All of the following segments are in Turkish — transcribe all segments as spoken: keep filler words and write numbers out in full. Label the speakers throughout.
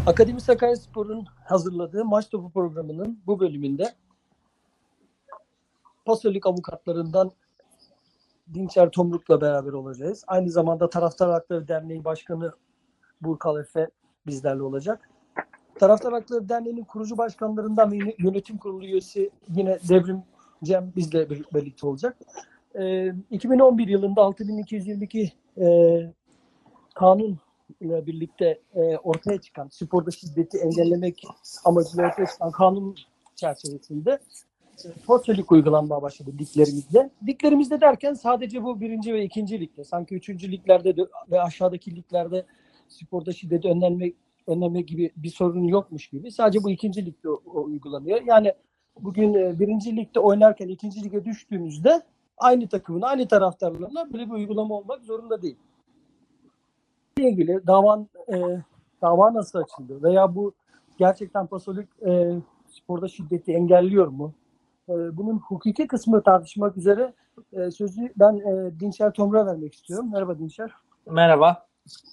Speaker 1: Akademi Sakaryaspor'un hazırladığı Maç Topu programının bu bölümünde Pasolik avukatlarından Dinçer Tomruk'la beraber olacağız. Aynı zamanda Taraftar Hakları Derneği Başkanı Burkal Efe bizlerle olacak. Taraftar Hakları Derneği'nin kurucu başkanlarından ve yönetim kurulu üyesi yine Devrim Cem bizle birlikte olacak. Ee, iki bin on bir yılında altı bin iki yüz yirmi iki e, kanun ile birlikte e, ortaya çıkan, sporda şiddeti engellemek amacıyla ortaya çıkan kanun çerçevesinde e, Pasolik uygulanmaya başladı liglerimizde. Liglerimizde derken sadece bu birinci ve ikinci ligde, sanki üçüncü liglerde de, ve aşağıdaki liglerde sporda şiddeti önlenme, önleme gibi bir sorun yokmuş gibi. Sadece bu ikinci ligde o, o uygulanıyor. Yani bugün e, birinci ligde oynarken ikinci lige düştüğümüzde aynı takımın, aynı taraftarlarına böyle bir uygulama olmak zorunda değil. İle ilgili davan, e, dava nasıl açıldı veya bu gerçekten Pasolik e, sporda şiddeti engelliyor mu? E, bunun hukuki kısmını tartışmak üzere e, sözü ben e, Dinçer Tomruk'a vermek istiyorum. Merhaba Dinçer.
Speaker 2: Merhaba.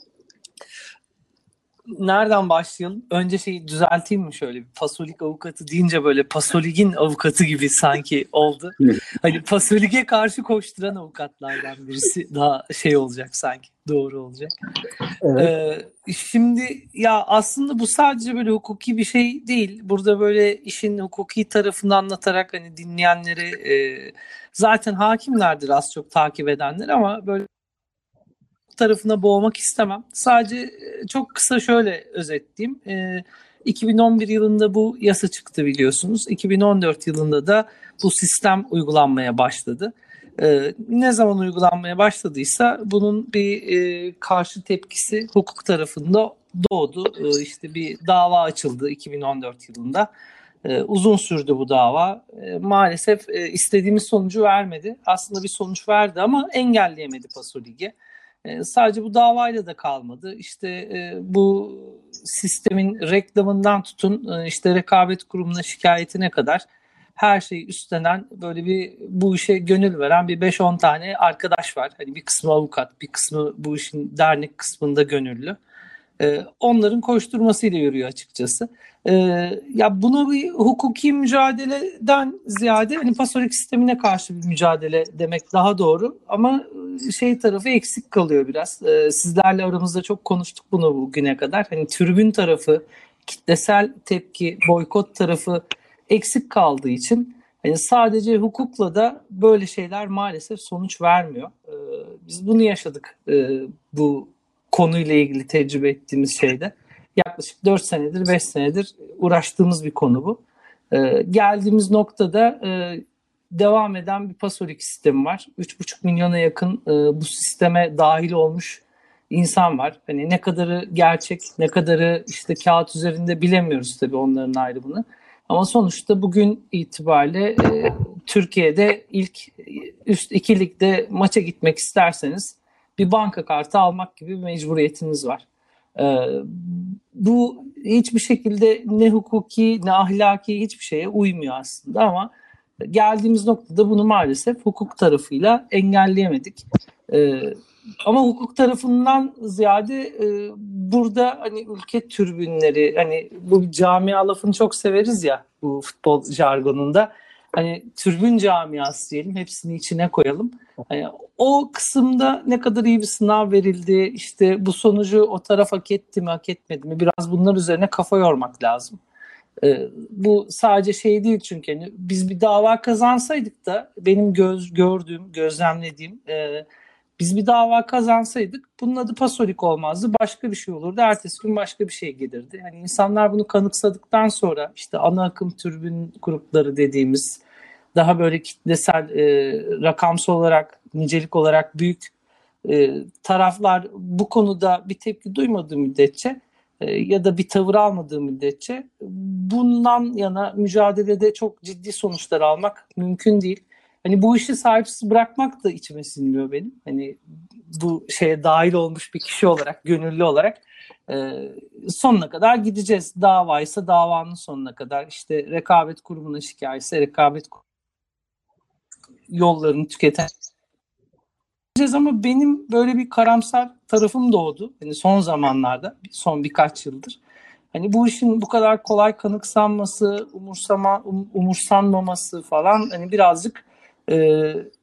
Speaker 2: Nereden başlayalım? Önce şeyi düzelteyim mi şöyle? Pasolik avukatı deyince böyle Pasolik'in avukatı gibi sanki oldu. Hani Pasolik'e karşı koşturan avukatlardan birisi daha şey olacak sanki. Doğru olacak. Evet. Ee, şimdi ya aslında bu sadece böyle hukuki bir şey değil. Burada böyle işin hukuki tarafını anlatarak hani dinleyenleri e, zaten hakimlerdir az çok takip edenler ama böyle tarafına boğmak istemem. Sadece çok kısa şöyle özetleyeyim. E, iki bin on bir yılında bu yasa çıktı biliyorsunuz. iki bin on dört yılında da bu sistem uygulanmaya başladı. E, ne zaman uygulanmaya başladıysa bunun bir e, karşı tepkisi hukuk tarafında doğdu. E, işte bir dava açıldı iki bin on dört yılında. E, uzun sürdü bu dava. E, maalesef e, istediğimiz sonucu vermedi. Aslında bir sonuç verdi ama engelleyemedi Pasolik'i. E, sadece bu davayla da kalmadı. İşte e, bu sistemin reklamından tutun e, işte rekabet kurumuna şikayetine kadar her şeyi üstlenen böyle bir bu işe gönül veren bir beş on tane arkadaş var. Hani bir kısmı avukat, bir kısmı bu işin dernek kısmında gönüllü. Ee, onların koşturmasıyla yürüyor açıkçası. Ee, ya buna bir hukuki mücadeleden ziyade hani Pasolik sistemine karşı bir mücadele demek daha doğru. Ama şey tarafı eksik kalıyor biraz. Ee, sizlerle aramızda çok konuştuk bunu bugüne kadar. Hani tribün tarafı, kitlesel tepki, boykot tarafı eksik kaldığı için hani sadece hukukla da böyle şeyler maalesef sonuç vermiyor. Ee, biz bunu yaşadık e, bu konuyla ilgili tecrübe ettiğimiz şeyde. Yaklaşık dört senedir, beş senedir uğraştığımız bir konu bu. Ee, geldiğimiz noktada e, devam eden bir Pasolik sistemi var. üç buçuk milyona yakın e, bu sisteme dahil olmuş insan var. Hani ne kadarı gerçek, ne kadarı işte kağıt üzerinde bilemiyoruz tabii onların ayrımını. Ama sonuçta bugün itibariyle e, Türkiye'de ilk üst iki ligde maça gitmek isterseniz bir banka kartı almak gibi bir mecburiyetiniz var. Ee, bu hiçbir şekilde ne hukuki ne ahlaki hiçbir şeye uymuyor aslında ama geldiğimiz noktada bunu maalesef hukuk tarafıyla engelleyemedik. Ee, ama hukuk tarafından ziyade e, burada hani ülke tribünleri, hani bu camia lafını çok severiz ya bu futbol jargonunda. Hani tribün camiası diyelim, hepsini içine koyalım. Yani o kısımda ne kadar iyi bir sınav verildi, işte bu sonucu o taraf hak etti mi, hak etmedi mi? Biraz bunlar üzerine kafa yormak lazım. Ee, bu sadece şey değil çünkü yani biz bir dava kazansaydık da benim göz gördüğüm, gözlemlediğim e, biz bir dava kazansaydık bunun adı Pasolik olmazdı. Başka bir şey olurdu. Ertesi gün başka bir şey gelirdi. Yani insanlar bunu kanıksadıktan sonra işte ana akım tribün grupları dediğimiz daha böyle kitlesel, e, rakamsal olarak, nicelik olarak büyük e, taraflar bu konuda bir tepki duymadığı müddetçe e, ya da bir tavır almadığı müddetçe bundan yana mücadelede çok ciddi sonuçlar almak mümkün değil. Hani bu işi sahipsiz bırakmak da içime sinmiyor benim. Hani bu şeye dahil olmuş bir kişi olarak, gönüllü olarak e, sonuna kadar gideceğiz. Davaysa davanın sonuna kadar. İşte rekabet kurumuna şikayetse rekabet yollarını tüketen ama benim böyle bir karamsar tarafım doğdu. Yani son zamanlarda, son birkaç yıldır. Hani bu işin bu kadar kolay kanıksanması, umursama, um, umursanmaması falan hani birazcık e,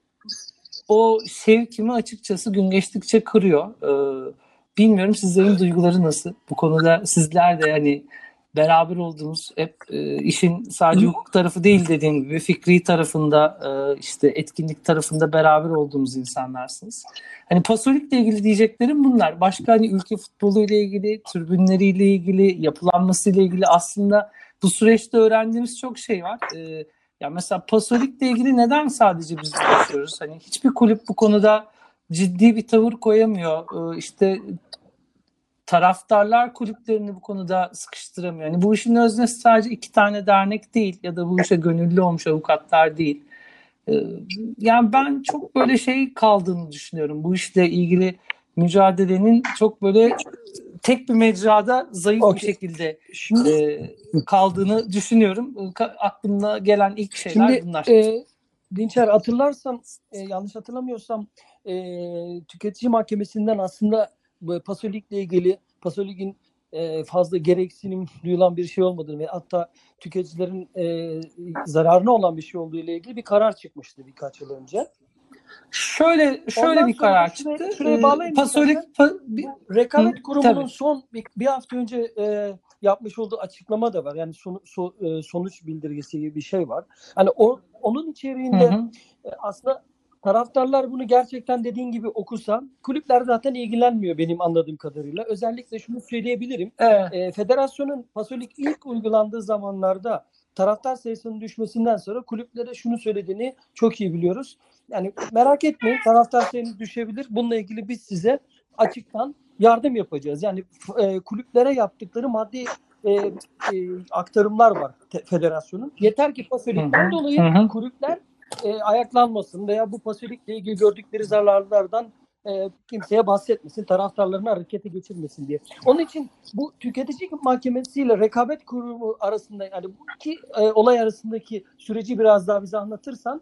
Speaker 2: o şevkimi açıkçası gün geçtikçe kırıyor. Ee, bilmiyorum sizlerin duyguları nasıl? Bu konuda sizler de hani beraber olduğumuz hep e, işin sadece hukuk tarafı değil dediğim gibi fikri tarafında e, işte etkinlik tarafında beraber olduğumuz insanlarsınız. Hani Pasolik'le ilgili diyeceklerim bunlar. Başka hani ülke futbolu ile ilgili, tribünleriyle ilgili, yapılanmasıyla ilgili aslında bu süreçte öğrendiğimiz çok şey var. Ee, ya mesela Pasolik'le ilgili neden sadece biz konuşuyoruz? Hani hiçbir kulüp bu konuda ciddi bir tavır koyamıyor. Ee, işte taraftarlar kulüplerini bu konuda sıkıştıramıyor. Yani bu işin öznesi sadece iki tane dernek değil ya da bu işe gönüllü olmuş avukatlar değil. Ee, yani ben çok böyle şey kaldığını düşünüyorum. Bu işle ilgili mücadelenin çok böyle tek bir mecrada zayıf
Speaker 1: Okay.
Speaker 2: bir şekilde
Speaker 1: Şimdi
Speaker 2: e, kaldığını düşünüyorum. Ka- aklımda gelen ilk şeyler
Speaker 1: şimdi
Speaker 2: bunlar.
Speaker 1: e, Dinçer, hatırlarsam, e, yanlış hatırlamıyorsam, e, tüketici mahkemesinden aslında bu Pasolik'le ilgili Pasolik'in e, fazla gereksinim duyulan bir şey olmadığını ve hatta tüketicilerin e, zararına olan bir şey olduğu ile ilgili bir karar çıkmıştı birkaç yıl önce.
Speaker 2: Şöyle şöyle
Speaker 1: Ondan
Speaker 2: bir
Speaker 1: sonra da
Speaker 2: karar
Speaker 1: şuraya,
Speaker 2: çıktı.
Speaker 1: şuraya
Speaker 2: Ee,
Speaker 1: bağlayayım
Speaker 2: Pasolik
Speaker 1: istersen.
Speaker 2: pa, bir,
Speaker 1: Bu
Speaker 2: hı,
Speaker 1: Rekabet Kurumu'nun
Speaker 2: tabii.
Speaker 1: son bir, bir hafta önce e, yapmış olduğu açıklama da var. Yani son, so, e, sonuç bildirgesi gibi bir şey var. Hani o onun
Speaker 2: Hı
Speaker 1: içeriğinde
Speaker 2: hı.
Speaker 1: e, aslında taraftarlar bunu gerçekten dediğin gibi okusa, kulüpler zaten ilgilenmiyor benim anladığım kadarıyla. Özellikle şunu söyleyebilirim.
Speaker 2: Evet.
Speaker 1: E, federasyonun Pasolik ilk uygulandığı zamanlarda taraftar sayısının düşmesinden sonra kulüplere şunu söylediğini çok iyi biliyoruz. Yani merak etmeyin, taraftar sayınız düşebilir. Bununla ilgili biz size açıktan yardım yapacağız. Yani e, kulüplere yaptıkları maddi e, e, aktarımlar var te, federasyonun. Yeter ki
Speaker 2: Hı
Speaker 1: Pasolik'ten
Speaker 2: hı.
Speaker 1: dolayı
Speaker 2: Hı hı.
Speaker 1: kulüpler e, ayaklanmasın veya bu Pasolik'le ilgili gördükleri zararlardan e, kimseye bahsetmesin, taraftarlarını harekete geçirmesin diye. Onun için bu tüketici mahkemesiyle rekabet kurumu arasında, yani bu iki e, olay arasındaki süreci biraz daha bize anlatırsan.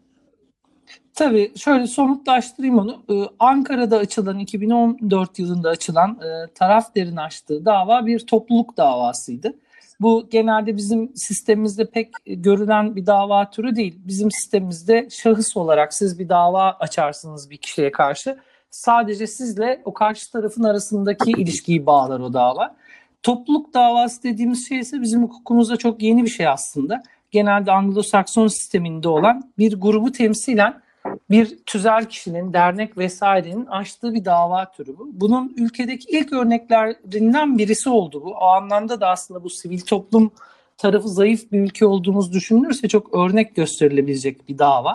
Speaker 2: Tabii şöyle somutlaştırayım onu. Ee, Ankara'da açılan iki bin on dört yılında açılan e, tarafların açtığı dava bir topluluk davasıydı. Bu genelde bizim sistemimizde pek görülen bir dava türü değil. Bizim sistemimizde şahıs olarak siz bir dava açarsınız bir kişiye karşı. Sadece sizle o karşı tarafın arasındaki ilişkiyi bağlar o dava. Topluluk davası dediğimiz şey ise bizim hukukumuzda çok yeni bir şey aslında. Genelde Anglo-Sakson sisteminde olan bir grubu temsilen bir tüzel kişinin, dernek vesairenin açtığı bir dava türü bu. Bunun ülkedeki ilk örneklerinden birisi oldu bu. O anlamda da aslında bu sivil toplum tarafı zayıf bir ülke olduğumuz düşünülürse çok örnek gösterilebilecek bir dava.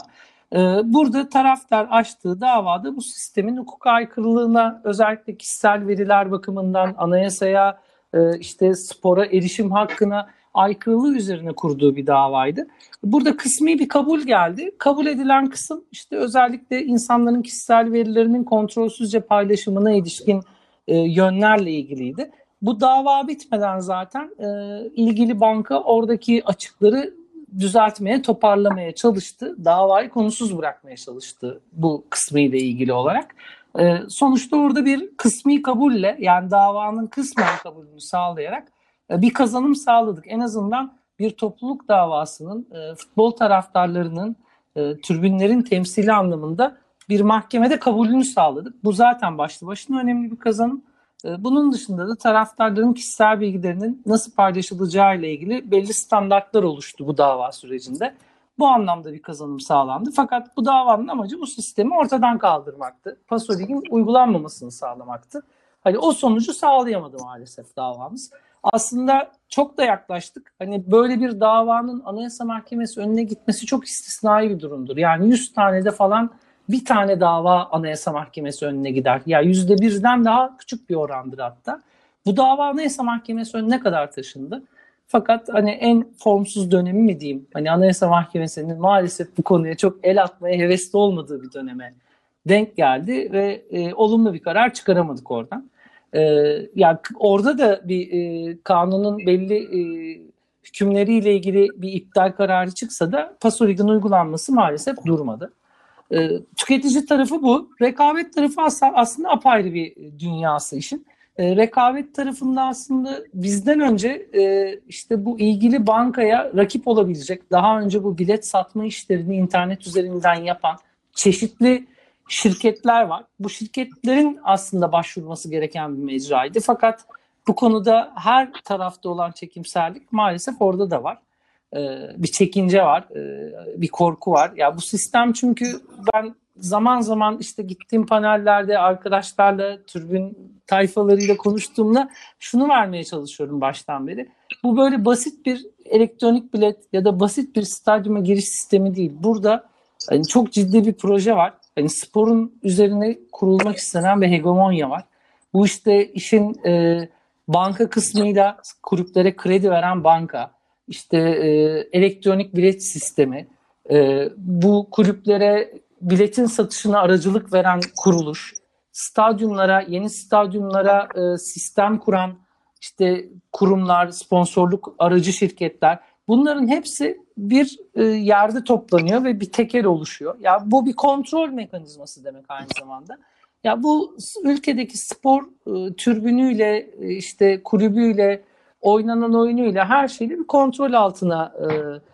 Speaker 2: Burada taraftar açtığı davada bu sistemin hukuk aykırılığına, özellikle kişisel veriler bakımından anayasaya, işte spora erişim hakkına aykırılığı üzerine kurduğu bir davaydı. Burada kısmi bir kabul geldi. Kabul edilen kısım işte özellikle insanların kişisel verilerinin kontrolsüzce paylaşımına ilişkin e, yönlerle ilgiliydi. Bu dava bitmeden zaten e, ilgili banka oradaki açıkları düzeltmeye, toparlamaya çalıştı. Davayı konusuz bırakmaya çalıştı bu kısmı ile ilgili olarak. E, sonuçta orada bir kısmi kabulle, yani davanın kısmen kabulünü sağlayarak e, bir kazanım sağladık. En azından bir topluluk davasının e, futbol taraftarlarının, e, tribünlerin temsili anlamında bir mahkemede kabulünü sağladık. Bu zaten başlı başına önemli bir kazanım. E, bunun dışında da taraftarların kişisel bilgilerinin nasıl paylaşılacağı ile ilgili belli standartlar oluştu bu dava sürecinde. Bu anlamda bir kazanım sağlandı. Fakat bu davanın amacı bu sistemi ortadan kaldırmaktı. Pasolik'in uygulanmamasını sağlamaktı. Hani o sonucu sağlayamadı maalesef davamız. Aslında çok da yaklaştık. Hani böyle bir davanın Anayasa Mahkemesi önüne gitmesi çok istisnai bir durumdur. Yani yüz tane de falan bir tane dava Anayasa Mahkemesi önüne gider. Ya yani yüzde birden daha küçük bir orandır hatta. Bu dava Anayasa Mahkemesi önüne kadar taşındı. Fakat hani en formsuz dönemi mi diyeyim? Hani Anayasa Mahkemesi'nin maalesef bu konuya çok el atmaya hevesli olmadığı bir döneme denk geldi ve e, olumlu bir karar çıkaramadık oradan. Ee, yani orada da bir e, kanunun belli e, hükümleriyle ilgili bir iptal kararı çıksa da Pasolik'in uygulanması maalesef durmadı. Ee, tüketici tarafı bu. Rekabet tarafı aslında, aslında apayrı bir dünyası işin. E, rekabet tarafında aslında bizden önce e, işte bu ilgili bankaya rakip olabilecek, daha önce bu bilet satma işlerini internet üzerinden yapan çeşitli şirketler var. Bu şirketlerin aslında başvurması gereken bir mecraydı. Fakat bu konuda her tarafta olan çekimserlik maalesef orada da var. Ee, bir çekince var, ee, bir korku var. Ya bu sistem, çünkü ben zaman zaman işte gittiğim panellerde arkadaşlarla, türbün tayfalarıyla konuştuğumda şunu vermeye çalışıyorum baştan beri. Bu böyle basit bir elektronik bilet ya da basit bir stadyuma giriş sistemi değil. Burada yani çok ciddi bir proje var. Yani sporun üzerine kurulmak istenen bir hegemonya var. Bu işte işin e, banka kısmıyla kulüplere kredi veren banka, işte e, elektronik bilet sistemi, e, bu kulüplere biletin satışına aracılık veren kuruluş, stadyumlara, yeni stadyumlara e, sistem kuran işte kurumlar, sponsorluk aracı şirketler, bunların hepsi bir e, yerde toplanıyor ve bir tekel oluşuyor. Ya bu bir kontrol mekanizması demek aynı zamanda. Ya bu ülkedeki spor e, türbünüyle, e, işte kulübüyle, oynanan oyunuyla, her şeyle bir kontrol altına e,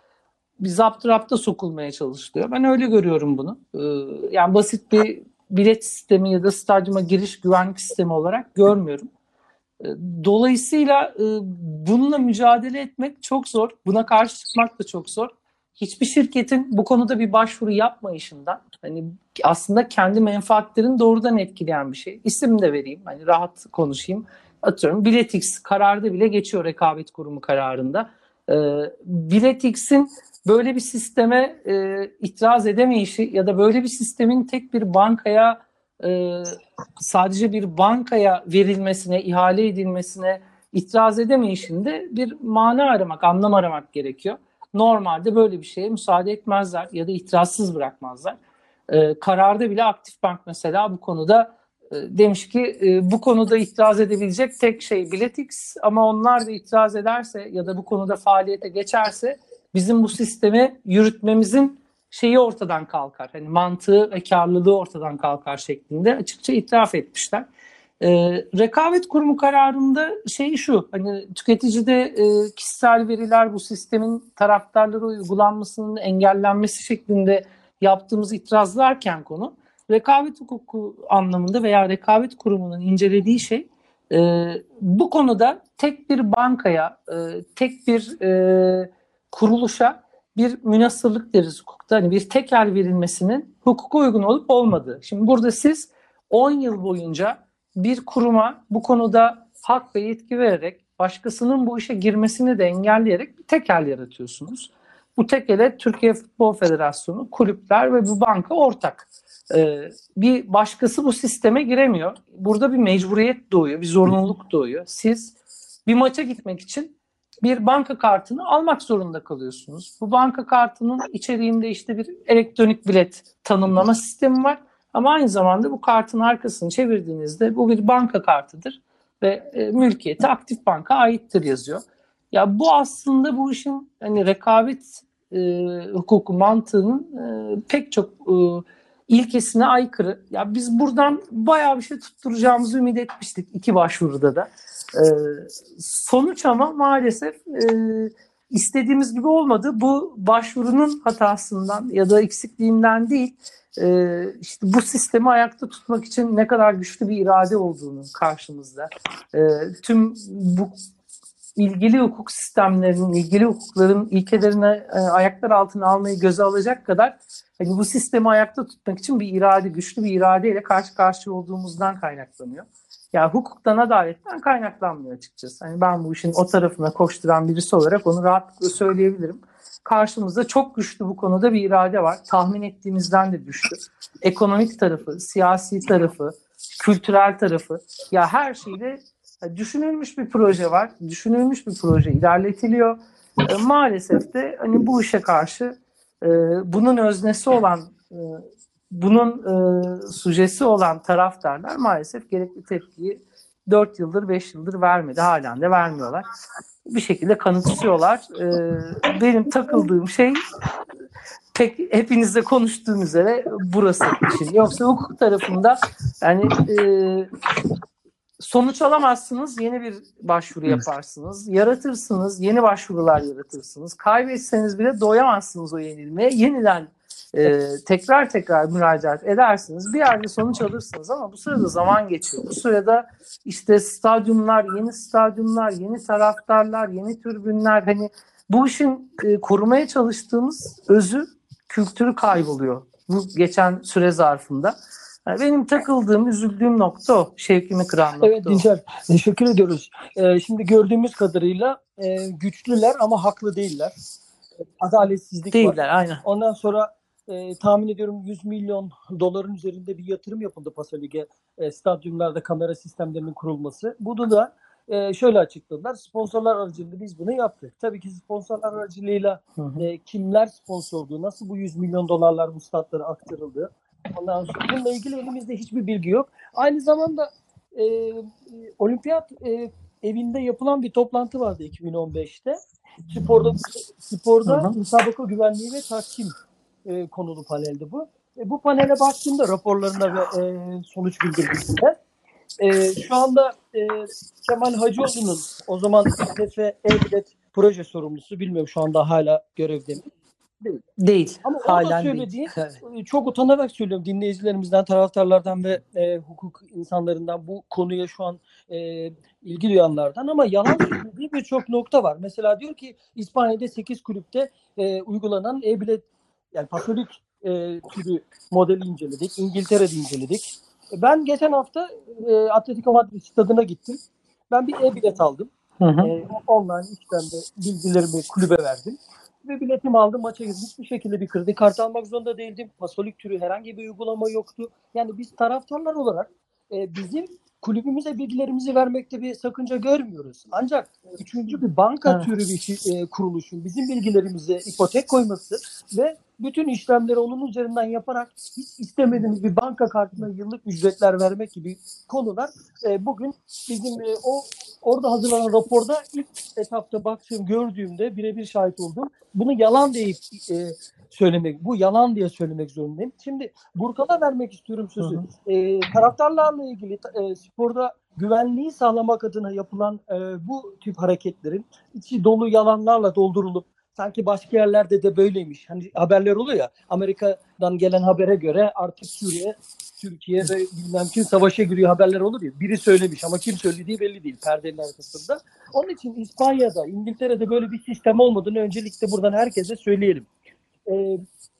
Speaker 2: bir zapturapta sokulmaya çalışılıyor. Ben öyle görüyorum bunu. E, yani basit bir bilet sistemi ya da stadyuma giriş güvenlik sistemi olarak görmüyorum. E, dolayısıyla e, bununla mücadele etmek çok zor. Buna karşı çıkmak da çok zor. Hiçbir şirketin bu konuda bir başvuru yapmayışından, hani aslında kendi menfaatlerini doğrudan etkileyen bir şey. İsim de vereyim, hani rahat konuşayım. Atıyorum Biletix kararda bile geçiyor, rekabet kurumu kararında. E, Biletix'in böyle bir sisteme e, itiraz edemeyişi ya da böyle bir sistemin tek bir bankaya, e, sadece bir bankaya verilmesine, ihale edilmesine itiraz edemeyişinde bir mana aramak, anlam aramak gerekiyor. Normalde böyle bir şeye müsaade etmezler ya da itirazsız bırakmazlar. E, kararda bile Aktifbank mesela bu konuda e, demiş ki e, bu konuda itiraz edebilecek tek şey Biletix, ama onlar da itiraz ederse ya da bu konuda faaliyete geçerse bizim bu sistemi yürütmemizin şeyi ortadan kalkar. Hani mantığı ve karlılığı ortadan kalkar şeklinde açıkça itiraf etmişler. Ee, rekabet kurumu kararında şey şu, hani tüketicide e, kişisel veriler, bu sistemin taraftarlara uygulanmasının engellenmesi şeklinde yaptığımız itirazlarken konu, rekabet hukuku anlamında veya rekabet kurumunun incelediği şey e, bu konuda tek bir bankaya, e, tek bir e, kuruluşa bir münasırlık deriz hukukta. Hani bir tekel verilmesinin hukuka uygun olup olmadığı. Şimdi burada siz on yıl boyunca bir kuruma bu konuda hak ve yetki vererek, başkasının bu işe girmesini de engelleyerek bir tekel yaratıyorsunuz. Bu tekele Türkiye Futbol Federasyonu, kulüpler ve bu banka ortak. Ee, bir başkası bu sisteme giremiyor. Burada bir mecburiyet doğuyor, bir zorunluluk doğuyor. Siz bir maça gitmek için bir banka kartını almak zorunda kalıyorsunuz. Bu banka kartının içeriğinde işte bir elektronik bilet tanımlama sistemi var. Ama aynı zamanda bu kartın arkasını çevirdiğinizde bu bir banka kartıdır ve e, mülkiyeti Aktifbank'a aittir yazıyor. Ya bu aslında bu işin hani rekabet e, hukuku mantığının e, pek çok e, ilkesine aykırı. Ya biz buradan bayağı bir şey tutturacağımızı ümit etmiştik iki başvuruda da. E, sonuç ama maalesef e, istediğimiz gibi olmadı. Bu başvurunun hatasından ya da eksikliğinden değil, e, işte bu sistemi ayakta tutmak için ne kadar güçlü bir irade olduğunu karşımızda. E, tüm bu ilgili hukuk sistemlerinin, ilgili hukukların ilkelerini e, ayaklar altına almayı göze alacak kadar hani bu sistemi ayakta tutmak için bir irade, güçlü bir iradeyle karşı karşıya olduğumuzdan kaynaklanıyor. Yani hukuktan, adaletten kaynaklanmıyor açıkçası. Hani ben bu işin o tarafına koşturan birisi olarak onu rahatlıkla söyleyebilirim. Karşımızda çok güçlü bu konuda bir irade var. Tahmin ettiğimizden de güçlü. Ekonomik tarafı, siyasi tarafı, kültürel tarafı, ya her şeyde düşünülmüş bir proje var. Düşünülmüş bir proje ilerletiliyor. E, maalesef de hani bu işe karşı e, bunun öznesi olan, e, bunun e, sujesi olan taraftarlar maalesef gerekli tepkiyi dört yıldır, beş yıldır vermedi. Halen de vermiyorlar. Bir şekilde kanıksıyorlar. E, benim takıldığım şey pek hepinizle konuştuğum üzere burası için. Yoksa hukuk tarafında yani e, sonuç alamazsınız, yeni bir başvuru yaparsınız. Yaratırsınız, yeni başvurular yaratırsınız. Kaybetseniz bile doyamazsınız o yenilmeye. Yeniden e, tekrar tekrar müracaat edersiniz. Bir yerde sonuç alırsınız ama bu sırada zaman geçiyor. Bu sırada işte stadyumlar, yeni stadyumlar, yeni taraftarlar, yeni tribünler, hani bu işin e, korumaya çalıştığımız özü, kültürü kayboluyor bu geçen süre zarfında. Yani benim takıldığım, üzüldüğüm nokta o. Şevkimi kıran nokta
Speaker 1: Evet Dinçer, teşekkür ediyoruz. Ee, şimdi gördüğümüz kadarıyla e, güçlüler ama haklı değiller. Adaletsizlik
Speaker 2: değiller,
Speaker 1: var.
Speaker 2: aynen.
Speaker 1: Ondan sonra e, tahmin ediyorum yüz milyon doların üzerinde bir yatırım yapıldı Pasolig'e. E, stadyumlarda kamera sistemlerinin kurulması. Bunu da e, şöyle açıkladılar. Sponsorlar aracılığıyla biz bunu yaptık. Tabii ki sponsorlar aracılığıyla e, kimler sponsordu, nasıl bu yüz milyon dolarlar bu statlara aktarıldı. Ondan sonra bununla ilgili elimizde hiçbir bilgi yok. Aynı zamanda e, e, olimpiyat e, evinde yapılan bir toplantı vardı iki bin on beşte. Sporda sporda
Speaker 2: Hı hı.
Speaker 1: müsabaka güvenliği ve tahkim e, konulu paneldi bu. E, bu panele baktığımda raporlarına ve e, sonuç bildirgesine e, şu anda e, Kemal Hacıoğlu'nun o zaman T F E-Bilet proje sorumlusu, bilmiyorum şu anda hala görevde mi? Değil.
Speaker 2: Değil.
Speaker 1: Ama orada
Speaker 2: Halen
Speaker 1: söylediği,
Speaker 2: değil.
Speaker 1: çok utanarak söylüyorum, dinleyicilerimizden, taraftarlardan ve e, hukuk insanlarından, bu konuya şu an e, ilgi duyanlardan, ama yalan söylediği birçok nokta var. Mesela diyor ki İspanya'da sekiz kulüpte e, uygulanan e-bilet, yani pasolik e, türü modeli inceledik. İngiltere'de inceledik. Ben geçen hafta e, Atletico Madrid stadına gittim. Ben bir e-bilet aldım.
Speaker 2: Hı hı.
Speaker 1: E, online içten de bilgilerimi kulübe verdim. Ve biletimi aldım, maça gittim. Hiçbir şekilde bir kredi kartı almak zorunda değildim. Pasolik türü herhangi bir uygulama yoktu. Yani biz taraftarlar olarak e, bizim kulübümüze bilgilerimizi vermekte bir sakınca görmüyoruz. Ancak üçüncü bir banka
Speaker 2: Evet.
Speaker 1: türü bir e, kuruluşun bizim bilgilerimize ipotek koyması ve bütün işlemleri onun üzerinden yaparak hiç istemediğimiz bir banka kartına yıllık ücretler vermek gibi konular e, bugün bizim e, o orada hazırlanan raporda ilk etapta baktığım, gördüğümde birebir şahit oldum. Bunu yalan deyip e, söylemek, bu yalan diye söylemek zorundayım. Şimdi Burkan'a vermek istiyorum sözü.
Speaker 2: Hı hı.
Speaker 1: E, taraftarlarla ilgili e, sporda güvenliği sağlamak adına yapılan e, bu tip hareketlerin içi dolu yalanlarla doldurulup sanki başka yerlerde de böyleymiş. Hani haberler oluyor ya, Amerika'dan gelen habere göre artık Suriye, Türkiye ve bilmem kim savaşa giriyor haberler olur ya. Biri söylemiş ama kim söylediği belli değil perdenin arkasında. Onun için İspanya'da, İngiltere'de böyle bir sistem olmadığını öncelikle buradan herkese söyleyelim. Ee,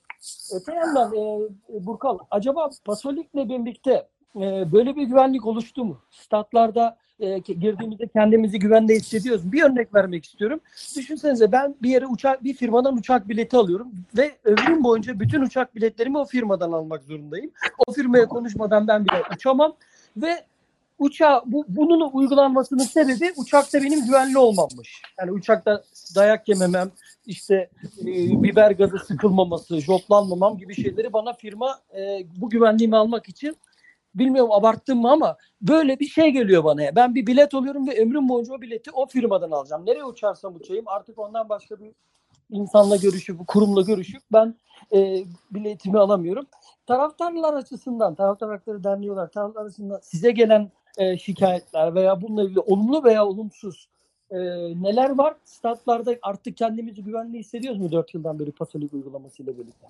Speaker 1: öte yandan e, Burkal, acaba Pasolik'le birlikte e, böyle bir güvenlik oluştu mu? Statlarda e, girdiğimizde kendimizi güvende hissediyoruz. Bir örnek vermek istiyorum. Düşünsenize, ben bir yere uçak, bir firmadan uçak bileti alıyorum ve ömrüm boyunca bütün uçak biletlerimi o firmadan almak zorundayım. O firmaya konuşmadan ben bile uçamam ve uçağa bu, bunun uygulanmasının sebebi uçakta benim güvenli olmammış. Yani uçakta dayak yememem, işte e, biber gazı sıkılmaması, joplanmamam gibi şeyleri bana firma e, bu güvenliğimi almak için, bilmiyorum abarttım mı ama böyle bir şey geliyor bana ya. Ben bir bilet alıyorum ve ömrüm boyunca o bileti o firmadan alacağım. Nereye uçarsam uçayım artık ondan başka bir insanla görüşüp, kurumla görüşüp ben e, biletimi alamıyorum. Taraftarlar açısından, Taraftar Hakları Derneği olarak taraftarlar açısından size gelen e, şikayetler veya bununla ilgili olumlu veya olumsuz e, neler var? Statlarda artık kendimizi güvenli hissediyoruz mu dört yıldan beri Pasolik uygulamasıyla birlikte?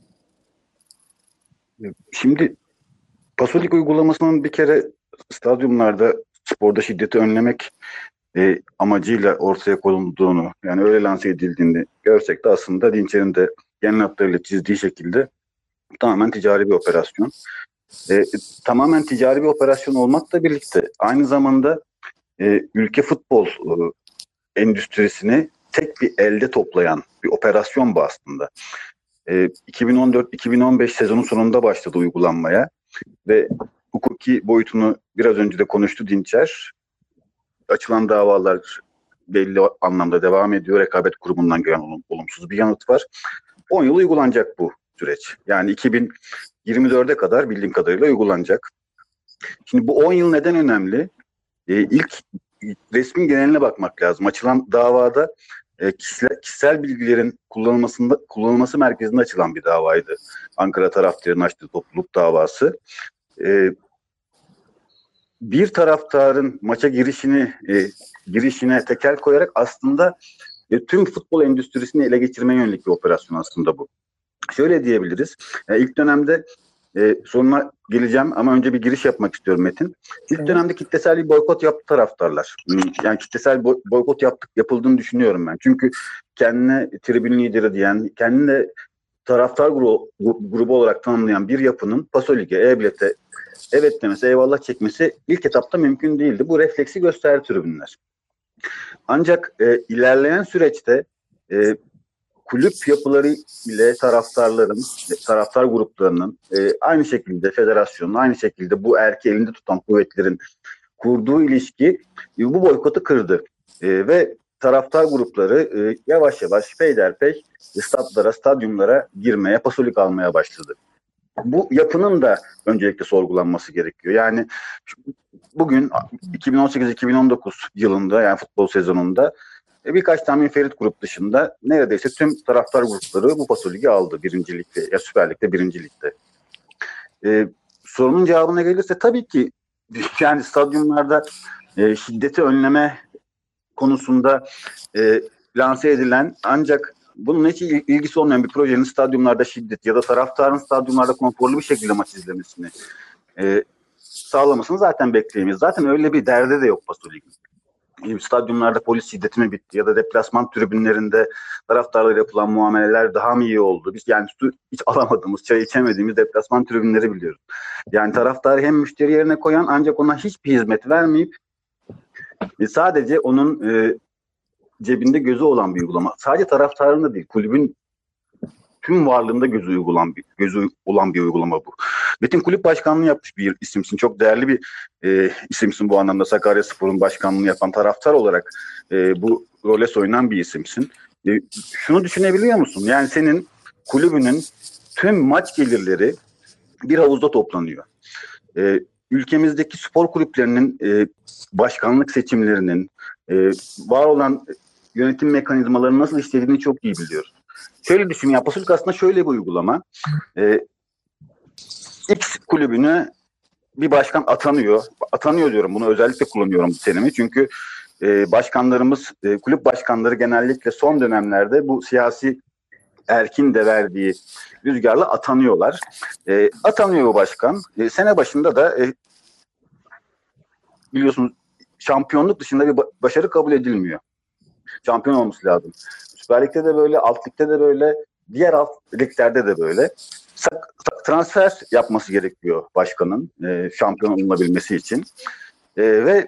Speaker 3: Şimdi Pasolik uygulamasının bir kere stadyumlarda sporda şiddeti önlemek e, amacıyla ortaya konulduğunu, yani öyle lanse edildiğini görsek de aslında Dinçer'in de genel hatlarıyla çizdiği şekilde tamamen ticari bir operasyon. E, tamamen ticari bir operasyon olmakla birlikte aynı zamanda e, ülke futbol e, endüstrisini tek bir elde toplayan bir operasyon bu aslında. E, iki bin on dört iki bin on beş sezonun sonunda başladı uygulanmaya ve hukuki boyutunu biraz önce de konuştu Dinçer. Açılan davalar belli anlamda devam ediyor. Rekabet Kurumu'ndan gelen olumsuz bir yanıt var. on yıl uygulanacak bu süreç. Yani iki bin yirmi dörde kadar bildiğim kadarıyla uygulanacak. Şimdi bu on yıl neden önemli? Ee, ilk resmin geneline bakmak lazım. Açılan davada e, kişisel, kişisel bilgilerin kullanılmasında kullanılması merkezinde açılan bir davaydı. Ankara taraftarının açtığı topluluk davası. Ee, bir taraftarın maça girişini e, girişine tekel koyarak aslında e, tüm futbol endüstrisini ele geçirmeye yönelik bir operasyon aslında bu. Şöyle diyebiliriz. E, ilk dönemde e, sonuna geleceğim ama önce bir giriş yapmak istiyorum Metin. İlk
Speaker 1: Evet.
Speaker 3: dönemde kitlesel bir boykot yaptı taraftarlar. Yani kitlesel boy- boykot yaptık, yapıldığını düşünüyorum ben. Çünkü kendine tribün lideri diyen, kendine taraftar grubu, grubu olarak tanımlayan bir yapının Pasolik'e, E-Bilet'e evet demesi, eyvallah çekmesi ilk etapta mümkün değildi. Bu refleksi gösterdi tribünler. Ancak e, ilerleyen süreçte e, kulüp yapıları ile taraftarların, taraftar gruplarının e, aynı şekilde federasyonun, aynı şekilde bu erki elinde tutan kuvvetlerin kurduğu ilişki e, bu boykotu kırdı. E, ve taraftar grupları e, yavaş yavaş peyderpey statlara, stadyumlara girmeye, pasolik almaya başladı. Bu yapının da öncelikle sorgulanması gerekiyor. Yani bugün iki bin on sekiz iki bin on dokuz yılında, yani futbol sezonunda birkaç tane müferit grup dışında neredeyse tüm taraftar grupları bu pasoligi aldı birinci ligde, ya Süper Lig'de, birinci ligde. Ee, sorunun cevabına gelirse tabii ki yani stadyumlarda e, şiddeti önleme konusunda e, lanse edilen ancak bunun hiç ilgisi olmayan bir projenin stadyumlarda şiddet ya da taraftarın stadyumlarda konforlu bir şekilde maç izlemesini e, sağlamasını zaten bekleyemeyiz. Zaten öyle bir derdi de yok Pasolik'in. Stadyumlarda polis şiddeti mi bitti ya da deplasman tribünlerinde taraftarlara yapılan muameleler daha mı iyi oldu? Biz yani su hiç alamadığımız, çay içemediğimiz deplasman tribünleri biliyoruz. Yani taraftarı hem müşteri yerine koyan ancak ona hiçbir hizmet vermeyip sadece onun e, cebinde gözü olan bir uygulama. Sadece taraftarın da değil, kulübün tüm varlığında gözü uygulan bir gözü olan bir uygulama bu. Metin kulüp başkanlığı yapmış bir isimsin. Çok değerli bir e, isimsin bu anlamda. Sakaryaspor'un başkanlığını yapan, taraftar olarak e, bu role soyunan bir isimsin. E, şunu düşünebiliyor musun? Yani senin kulübünün tüm maç gelirleri bir havuzda toplanıyor. E, ülkemizdeki spor kulüplerinin e, başkanlık seçimlerinin e, var olan yönetim mekanizmalarının nasıl işlediğini çok iyi biliyoruz. Şöyle düşün ya, Pasolik aslında şöyle bir uygulama. Ee, X kulübüne bir başkan atanıyor. Atanıyor diyorum, bunu özellikle kullanıyorum bu terimi. Çünkü e, başkanlarımız, e, kulüp başkanları genellikle son dönemlerde bu siyasi erkin de verdiği rüzgarla atanıyorlar. E, atanıyor bu başkan. E, sene başında da e, biliyorsunuz şampiyonluk dışında bir başarı kabul edilmiyor. Şampiyon olması lazım. Süper Lig'de de böyle, alt ligde de böyle, diğer alt liglerde de böyle. Transfer yapması gerekiyor başkanın e, şampiyon olunabilmesi için. E, ve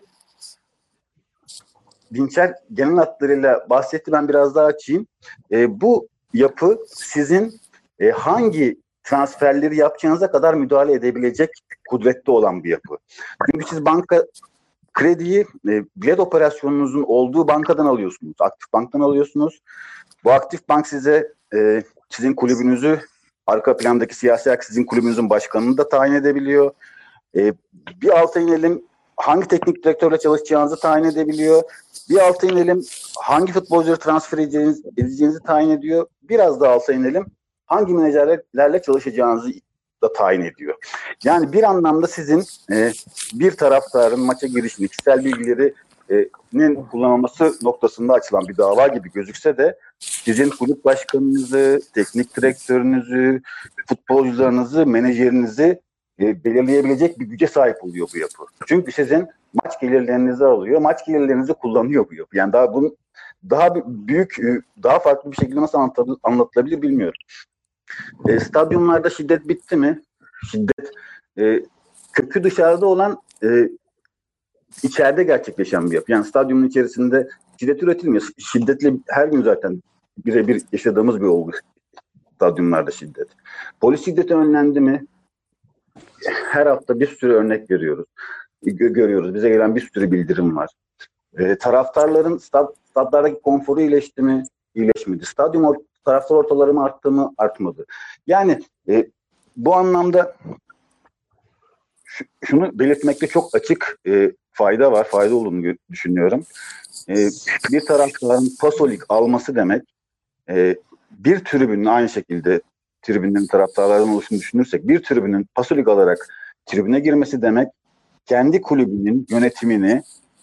Speaker 3: Dinçer genel hatlarıyla bahsetti, ben biraz daha açayım. E, bu yapı sizin e, hangi transferleri yapacağınıza kadar müdahale edebilecek kudrette olan bir yapı. Çünkü siz banka krediyi e, bilet operasyonunuzun olduğu bankadan alıyorsunuz. Aktif Bank'tan alıyorsunuz. Bu Aktif Bank size e, sizin kulübünüzü, arka plandaki siyasi ayak sizin kulübünüzün başkanını da tayin edebiliyor. E, bir alta inelim, hangi teknik direktörle çalışacağınızı tayin edebiliyor. Bir alta inelim, hangi futbolcuları transfer edeceğiniz, edeceğinizi tayin ediyor. Biraz daha alta inelim, hangi menajerlerle çalışacağınızı da tayin ediyor. Yani bir anlamda sizin e, bir taraftarın maça girişini, kişisel bilgilerinin kullanılması noktasında açılan bir dava gibi gözükse de sizin kulüp başkanınızı, teknik direktörünüzü, futbolcularınızı, menajerinizi e, belirleyebilecek bir güce sahip oluyor bu yapı. Çünkü sizin maç gelirlerinizi alıyor, maç gelirlerinizi kullanıyor bu yapı. Yani daha bunun daha büyük, daha farklı bir şekilde nasıl anlatılabilir bilmiyorum. E, stadyumlarda şiddet bitti mi? Şiddet e, kökü dışarıda olan e, içeride gerçekleşen bir yapı. Yani stadyumun içerisinde şiddet üretilmiyor. Şiddetle her gün zaten birebir yaşadığımız bir olgu stadyumlarda şiddet. Polis şiddeti önlendi mi? Her hafta bir sürü örnek görüyoruz. Gö- görüyoruz. Bize gelen bir sürü bildirim var. E, taraftarların stad, stadlardaki konforu iyileşti mi? İyileşmedi. Stadyum or- taraftar ortaları mı arttı mı? Artmadı. Yani e, bu anlamda şu, şunu belirtmekte çok açık e, fayda var. Fayda olduğunu düşünüyorum. E, bir taraftarın pasolik alması demek e, bir tribünün aynı şekilde tribünlerin taraftarlardan oluştuğunu düşünürsek bir tribünün pasolik alarak tribüne girmesi demek kendi kulübünün yönetimini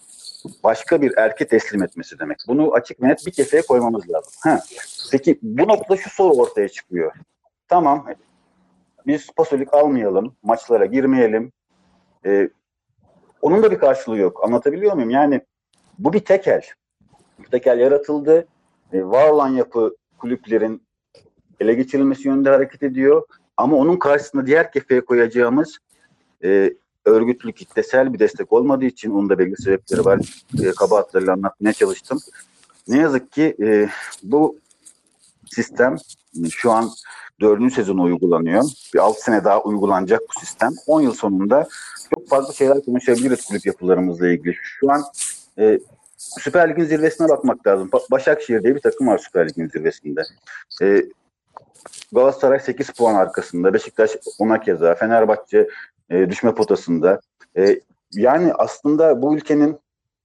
Speaker 3: başka bir erke teslim etmesi demek. Bunu açık ve net bir kefeye koymamız lazım. Ha. Peki bu noktada şu soru ortaya çıkıyor. Tamam, biz Pasolik almayalım, maçlara girmeyelim. Ee, onun da bir karşılığı yok. Anlatabiliyor muyum? Yani bu bir tekel. Bir tekel yaratıldı. Ee, var olan yapı kulüplerin ele geçirilmesi yönünde hareket ediyor. Ama onun karşısında diğer kefeye koyacağımız e, örgütlü, kitlesel bir destek olmadığı için onun da belli sebepleri var. E, kaba hatlarıyla anlatmaya çalıştım. Ne yazık ki e, bu sistem şu an dördüncü sezonu uygulanıyor. Bir altı sene daha uygulanacak bu sistem. on yıl sonunda çok farklı şeyler konuşabiliriz kulüp yapılarımızla ilgili. Şu an e, Süper Lig'in zirvesine bakmak lazım. Başakşehir diye bir takım var Süper Lig'in zirvesinde. E, Galatasaray sekiz puan arkasında. Beşiktaş ona keza. Fenerbahçe e, düşme potasında. E, yani aslında bu ülkenin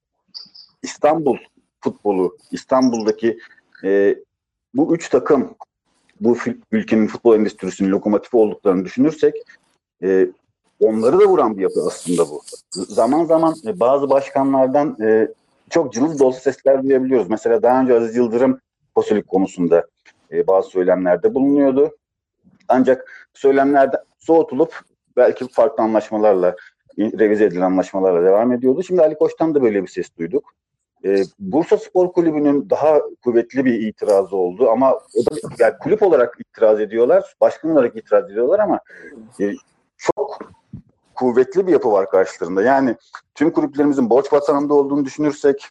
Speaker 3: İstanbul futbolu, İstanbul'daki e, bu üç takım bu ülkenin futbol endüstrisinin lokomotifi olduklarını düşünürsek e, onları da vuran bir yapı aslında bu. Zaman zaman e, bazı başkanlardan e, çok cılız dolu sesler duyabiliyoruz. Mesela daha önce Aziz Yıldırım Pasolik konusunda e, bazı söylemlerde bulunuyordu. Ancak söylemlerde soğutulup belki farklı anlaşmalarla, revize edilen anlaşmalarla devam ediyordu. Şimdi Ali Koç'tan da böyle bir ses duyduk. Ee, Bursa Spor Kulübü'nün daha kuvvetli bir itirazı oldu ama o da, yani kulüp olarak itiraz ediyorlar, başkan olarak itiraz ediyorlar ama e, çok kuvvetli bir yapı var karşılarında. Yani tüm kulüplerimizin borç batağında olduğunu düşünürsek,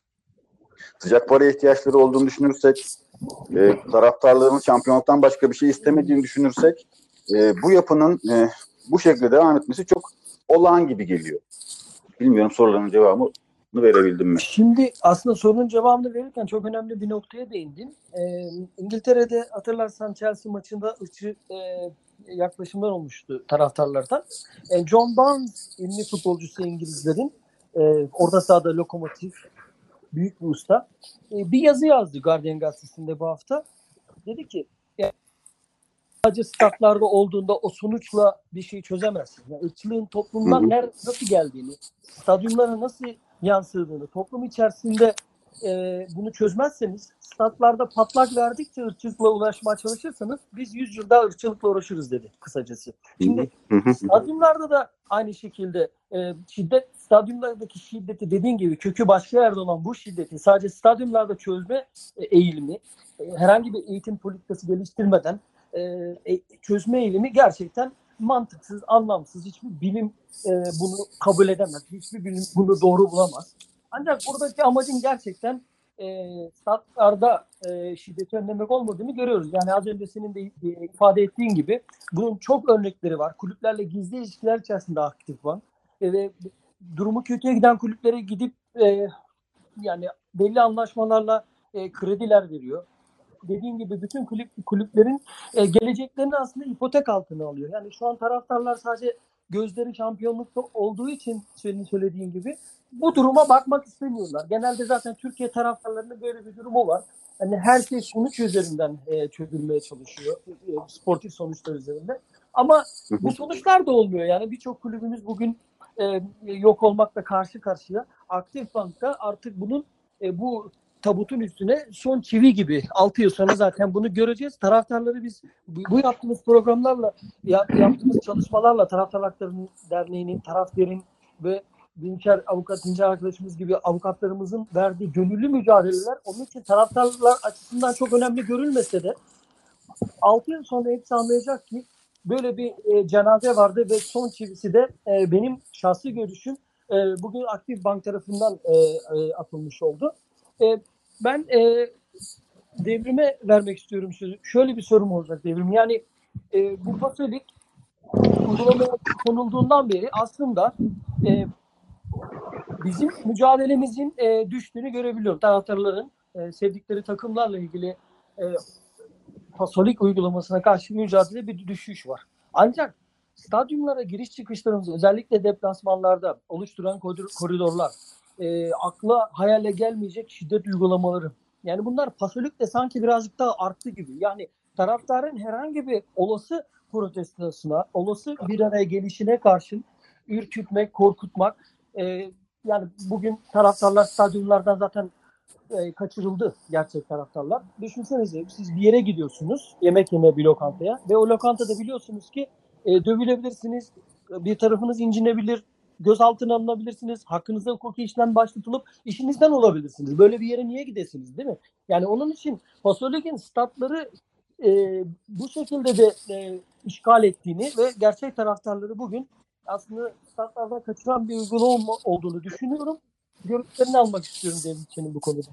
Speaker 3: sıcak para ihtiyaçları olduğunu düşünürsek, e, taraftarlarının şampiyonluktan başka bir şey istemediğini düşünürsek, e, bu yapının e, bu şekilde devam etmesi çok olağan gibi geliyor. Bilmiyorum soruların cevabını verebildim mi?
Speaker 1: Şimdi aslında sorunun cevabını verirken çok önemli bir noktaya değindin. Ee, İngiltere'de hatırlarsan Chelsea maçında ırkçı e, yaklaşımlar olmuştu taraftarlardan. E, John Barnes, ünlü futbolcusu İngilizlerin, e, orta sahada lokomotif, büyük bir usta. E, bir yazı yazdı Guardian gazetesinde bu hafta. Dedi ki yani, sadece statlarda olduğunda o sonuçla bir şey çözemezsin. Yani ırkçılığın toplumdan hı hı. nerede nasıl geldiğini, stadyumlara nasıl yansıdığını, toplum içerisinde e, bunu çözmezseniz, statlarda patlak verdikçe ırkçılıkla ulaşmaya çalışırsanız biz yüz yıl daha ırkçılıkla uğraşırız dedi kısacası. Şimdi stadyumlarda da aynı şekilde e, şiddet, stadyumlardaki şiddeti dediğin gibi kökü başka yerde olan bu şiddeti sadece stadyumlarda çözme e, eğilimi, e, herhangi bir eğitim politikası geliştirmeden e, çözme eğilimi gerçekten mantıksız, anlamsız. Hiçbir bilim e, bunu kabul edemez. Hiçbir bilim bunu doğru bulamaz. Ancak buradaki amacın gerçekten e, statlarda e, şiddeti önlemek olmadığını görüyoruz. Yani az önce senin de e, ifade ettiğin gibi bunun çok örnekleri var. Kulüplerle gizli ilişkiler içerisinde aktif var. E, ve durumu kötüye giden kulüplere gidip e, yani belli anlaşmalarla e, krediler veriyor. Dediğim gibi bütün kulüp, kulüplerin e, geleceklerini aslında ipotek altına alıyor. Yani şu an taraftarlar sadece gözleri şampiyonlukta olduğu için senin söylediğin gibi bu duruma bakmak istemiyorlar. Genelde zaten Türkiye taraftarlarının böyle bir durumu var. Yani her şey sonuç üzerinden e, çözülmeye çalışıyor. E, sportif sonuçlar üzerinden. Ama bu sonuçlar da olmuyor. Yani birçok kulübümüz bugün e, yok olmakla karşı karşıya. Aktif Bank'ta artık bunun e, bu tabutun üstüne son çivi gibi. altı yıl sonra zaten bunu göreceğiz. Taraftarları biz bu yaptığımız programlarla, yaptığımız çalışmalarla Taraftar Hakları Derneği'nin, Taraftar'ın ve Dinçer avukat, Dinçer arkadaşımız gibi avukatlarımızın verdiği gönüllü mücadeleler onun için taraftarlar açısından çok önemli görülmese de altı yıl sonra hepsi anlayacak ki böyle bir e, cenaze vardı ve son çivisi de e, benim şahsi görüşüm e, bugün Aktif Bank tarafından e, e, atılmış oldu. E, ben e, Devrim'e vermek istiyorum sözü. Şöyle bir sorum olacak Devrim. Yani e, bu Pasolik uygulamaya konulduğundan beri aslında e, bizim mücadelemizin e, düştüğünü görebiliyorum. Taraftarların e, sevdikleri takımlarla ilgili e, Pasolik uygulamasına karşı mücadelede bir düşüş var. Ancak stadyumlara giriş çıkışlarımızı özellikle deplasmanlarda oluşturan koridorlar, e, akla hayale gelmeyecek şiddet uygulamaları. Yani bunlar Pasolik de sanki birazcık daha arttı gibi. Yani taraftarın herhangi bir olası protestosuna, olası bir araya gelişine karşın ürkütmek, korkutmak e, yani bugün taraftarlar stadyumlardan zaten e, kaçırıldı, gerçek taraftarlar. Düşünsenize, siz bir yere gidiyorsunuz, yemek yemeye bir lokantaya ve o lokantada biliyorsunuz ki e, dövülebilirsiniz, bir tarafınız incinebilir, gözaltına alınabilirsiniz, hakkınızda hukuki işlem başlatılıp işinizden olabilirsiniz. Böyle bir yere niye gidesiniz, değil mi? Yani onun için Pasolik'in statları e, bu şekilde de e, işgal ettiğini ve gerçek taraftarları bugün aslında statlardan kaçıran bir uygulama olduğunu düşünüyorum. Görüşlerini almak istiyorum Devletçi'nin bu konuda.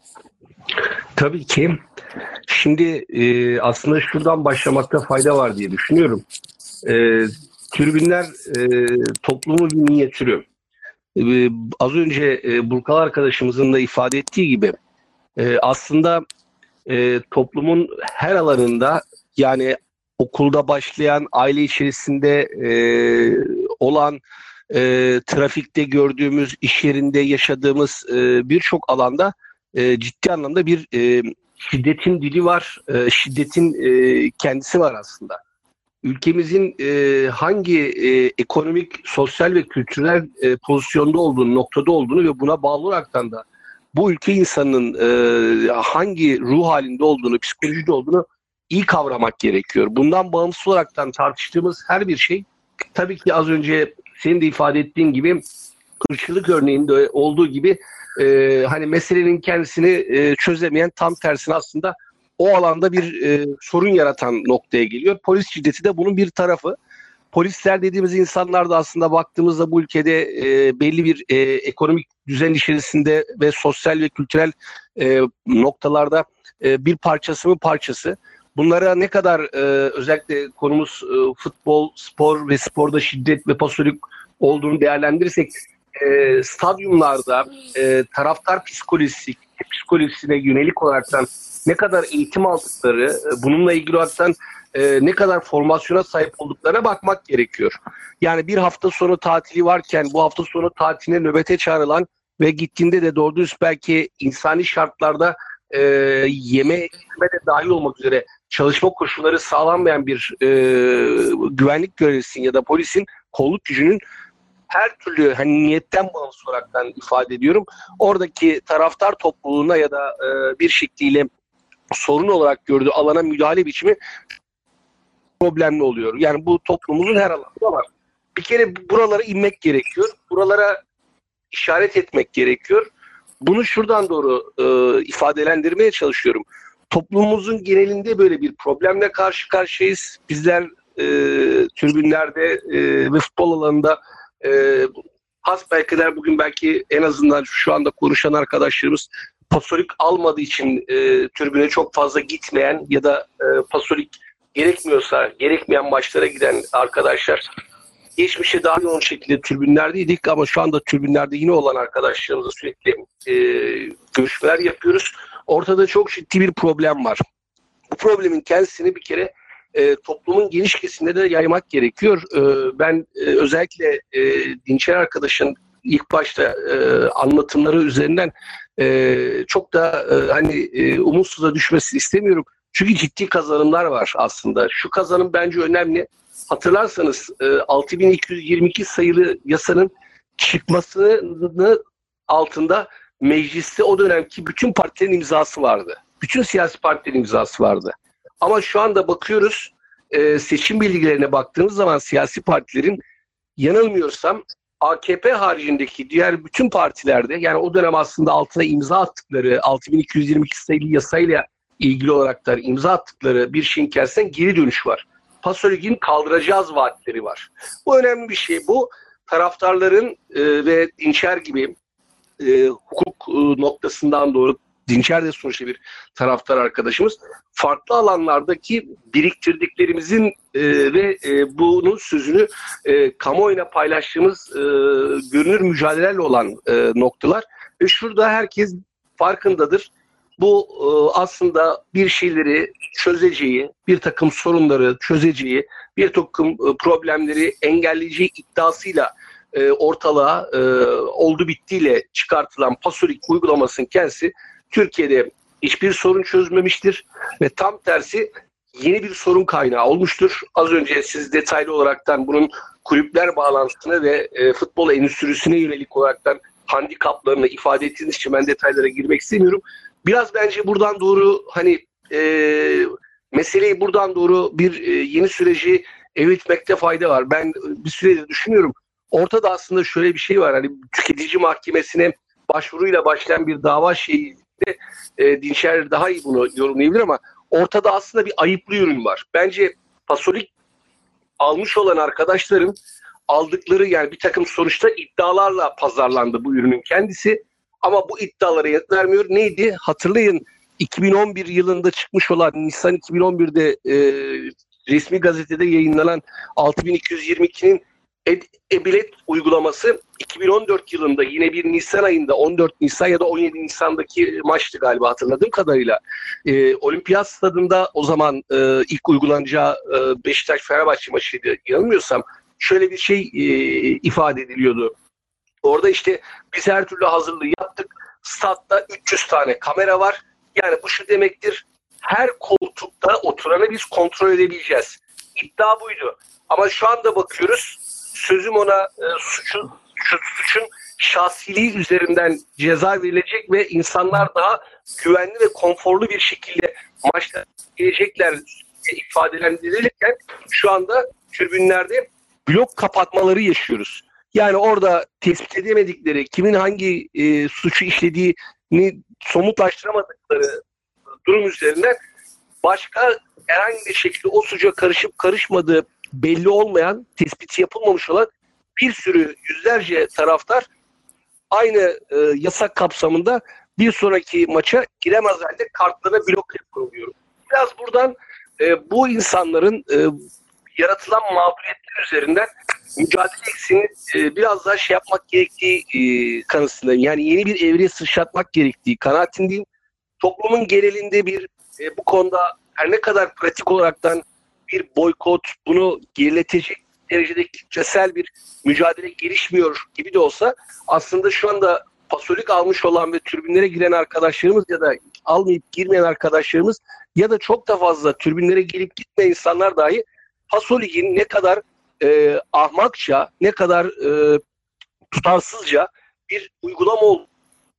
Speaker 4: Tabii ki. Şimdi e, aslında şuradan başlamakta fayda var diye düşünüyorum. E, tribünler e, toplumun bir minyatürü. E, az önce e, Burkal arkadaşımızın da ifade ettiği gibi e, aslında e, toplumun her alanında, yani okulda başlayan, aile içerisinde e, olan, e, trafikte gördüğümüz, iş yerinde yaşadığımız e, birçok alanda e, ciddi anlamda bir e, şiddetin dili var, e, şiddetin e, kendisi var aslında. Ülkemizin e, hangi e, ekonomik, sosyal ve kültürel e, pozisyonda olduğunu, noktada olduğunu ve buna bağlı olaraktan da bu ülke insanının e, hangi ruh halinde olduğunu, psikolojide olduğunu iyi kavramak gerekiyor. Bundan bağımsız olaraktan tartıştığımız her bir şey, tabii ki az önce senin de ifade ettiğin gibi, ırkçılık örneğinde olduğu gibi e, hani meselenin kendisini e, çözemeyen, tam tersine aslında o alanda bir e, sorun yaratan noktaya geliyor. Polis şiddeti de bunun bir tarafı. Polisler dediğimiz insanlar da aslında baktığımızda bu ülkede e, belli bir e, ekonomik düzen içerisinde ve sosyal ve kültürel e, noktalarda e, bir parçası mı parçası. Bunlara ne kadar e, özellikle konumuz e, futbol, spor ve sporda şiddet ve pasolik olduğunu değerlendirirsek, e, stadyumlarda e, taraftar psikolojisi, psikolojisine yönelik olaraktan ne kadar eğitim aldıkları, e, bununla ilgili olaraktan e, ne kadar formasyona sahip olduklarına bakmak gerekiyor. Yani bir hafta sonu tatili varken bu hafta sonu tatiline nöbete çağrılan ve gittiğinde de doğru dürüst belki insani şartlarda e, yeme içme de dahil olmak üzere çalışma koşulları sağlanmayan bir e, güvenlik görevlisinin ya da polisin kolluk gücünün her türlü hani niyetten bağımsız olaraktan ifade ediyorum, oradaki taraftar topluluğuna ya da e, bir şekliyle sorun olarak gördüğü alana müdahale biçimi problemli oluyor. Yani bu toplumumuzun her alanında var. Bir kere buralara inmek gerekiyor. Buralara işaret etmek gerekiyor. Bunu şuradan doğru e, ifadelendirmeye çalışıyorum. Toplumumuzun genelinde böyle bir problemle karşı karşıyayız. Bizler e, tribünlerde e, ve futbol alanında e, hasbelkader bugün belki en azından şu anda konuşan arkadaşlarımız pasolik almadığı için e, tribüne çok fazla gitmeyen ya da e, pasolik gerekmiyorsa gerekmeyen maçlara giden arkadaşlar, geçmişe daha yoğun şekilde tribünlerdeydik ama şu anda tribünlerde yine olan arkadaşlarımızla sürekli e, görüşmeler yapıyoruz. Ortada çok ciddi bir problem var. Bu problemin kendisini bir kere e, toplumun geniş kesiminde de yaymak gerekiyor. E, ben e, özellikle e, Dinçer arkadaşın ilk başta e, anlatımları üzerinden e, çok da e, hani e, umutsuza düşmesini istemiyorum. Çünkü ciddi kazanımlar var aslında. Şu kazanım bence önemli. Hatırlarsanız altı bin iki yüz yirmi iki sayılı yasanın çıkmasının altında mecliste o dönemki bütün partilerin imzası vardı. Bütün siyasi partilerin imzası vardı. Ama şu anda bakıyoruz, seçim bilgilerine baktığımız zaman siyasi partilerin, yanılmıyorsam A K P haricindeki diğer bütün partilerde, yani o dönem aslında altına imza attıkları altı bin iki yüz yirmi iki sayılı yasayla ilgili olarak da imza attıkları bir şeyin kendisinden geri dönüş var. Pasolik'in kaldıracağız vaatleri var. Bu önemli bir şey. Bu taraftarların e, ve Dinçer gibi e, hukuk e, noktasından doğru, Dinçer de sonuçta bir taraftar arkadaşımız, farklı alanlardaki biriktirdiklerimizin e, ve e, bunun sözünü e, kamuoyuna paylaştığımız e, görünür mücadelelerle olan e, noktalar ve şurada herkes farkındadır. Bu e, aslında bir şeyleri çözeceği, bir takım sorunları çözeceği, bir takım e, problemleri engelleyeceği iddiasıyla e, ortalığa e, oldu bittiyle çıkartılan pasolik uygulamasının kendisi Türkiye'de hiçbir sorun çözmemiştir ve tam tersi yeni bir sorun kaynağı olmuştur. Az önce siz detaylı olaraktan bunun kulüpler bağlantısına ve e, futbol endüstrisine yönelik olaraktan handikaplarını ifade ettiğiniz için ben detaylara girmek istemiyorum. Biraz bence buradan doğru hani e, meseleyi buradan doğru bir e, yeni süreci eğitmekte fayda var. Ben bir süredir düşünüyorum. Ortada aslında şöyle bir şey var. Hani tüketici mahkemesine başvuruyla başlayan bir dava şeyi de e, Dinçer daha iyi bunu yorumlayabilir ama ortada aslında bir ayıplı ürün var. Bence Pasolik almış olan arkadaşların aldıkları yani bir takım sonuçta iddialarla pazarlandı bu ürünün kendisi. Ama bu iddialara yanıt vermiyor. Neydi? Hatırlayın iki bin on bir yılında çıkmış olan Nisan iki bin on birde e, resmi gazetede yayınlanan altı bin iki yüz yirmi ikinin e-bilet uygulaması iki bin on dört yılında yine bir Nisan ayında on dört Nisan ya da on yedi Nisan'daki maçtı galiba hatırladığım kadarıyla. E, Olimpiyat Stadında o zaman e, ilk uygulanacağı e, Beşiktaş-Fenerbahçe maçıydı yanılmıyorsam. Şöyle bir şey e, ifade ediliyordu. Orada işte biz her türlü hazırlığı yaptık. Statta üç yüz tane kamera var. Yani bu şu demektir. Her koltukta oturanı biz kontrol edebileceğiz. İddia buydu. Ama şu anda bakıyoruz. Sözüm ona e, suçun, şu, suçun şahsiliği üzerinden ceza verilecek ve insanlar daha güvenli ve konforlu bir şekilde maçta gelecekler ifadelendirilirken şu anda tribünlerde blok kapatmaları yaşıyoruz. Yani orada tespit edemedikleri, kimin hangi e, suçu işlediğini somutlaştıramadıkları durum üzerinden başka herhangi bir şekilde o suça karışıp karışmadığı belli olmayan, tespiti yapılmamış olan bir sürü yüzlerce taraftar aynı e, yasak kapsamında bir sonraki maça giremez halde kartlarına blok yapılıyor. Biraz buradan e, bu insanların e, yaratılan mağduriyetler üzerinden mücadele eksiğini e, biraz daha şey yapmak gerektiği e, kanısındayım. Yani yeni bir evreye sıçratmak gerektiği kanaatindeyim. Toplumun genelinde bir e, bu konuda her ne kadar pratik olaraktan bir boykot, bunu geriletecek derecede kitlesel bir mücadele gelişmiyor gibi de olsa aslında şu anda Pasolik almış olan ve tribünlere giren arkadaşlarımız ya da almayıp girmeyen arkadaşlarımız ya da çok da fazla tribünlere gelip gitmeyen insanlar dahi Pasolik'in ne kadar e, ahmakça, ne kadar e, tutarsızca bir uygulama olduğu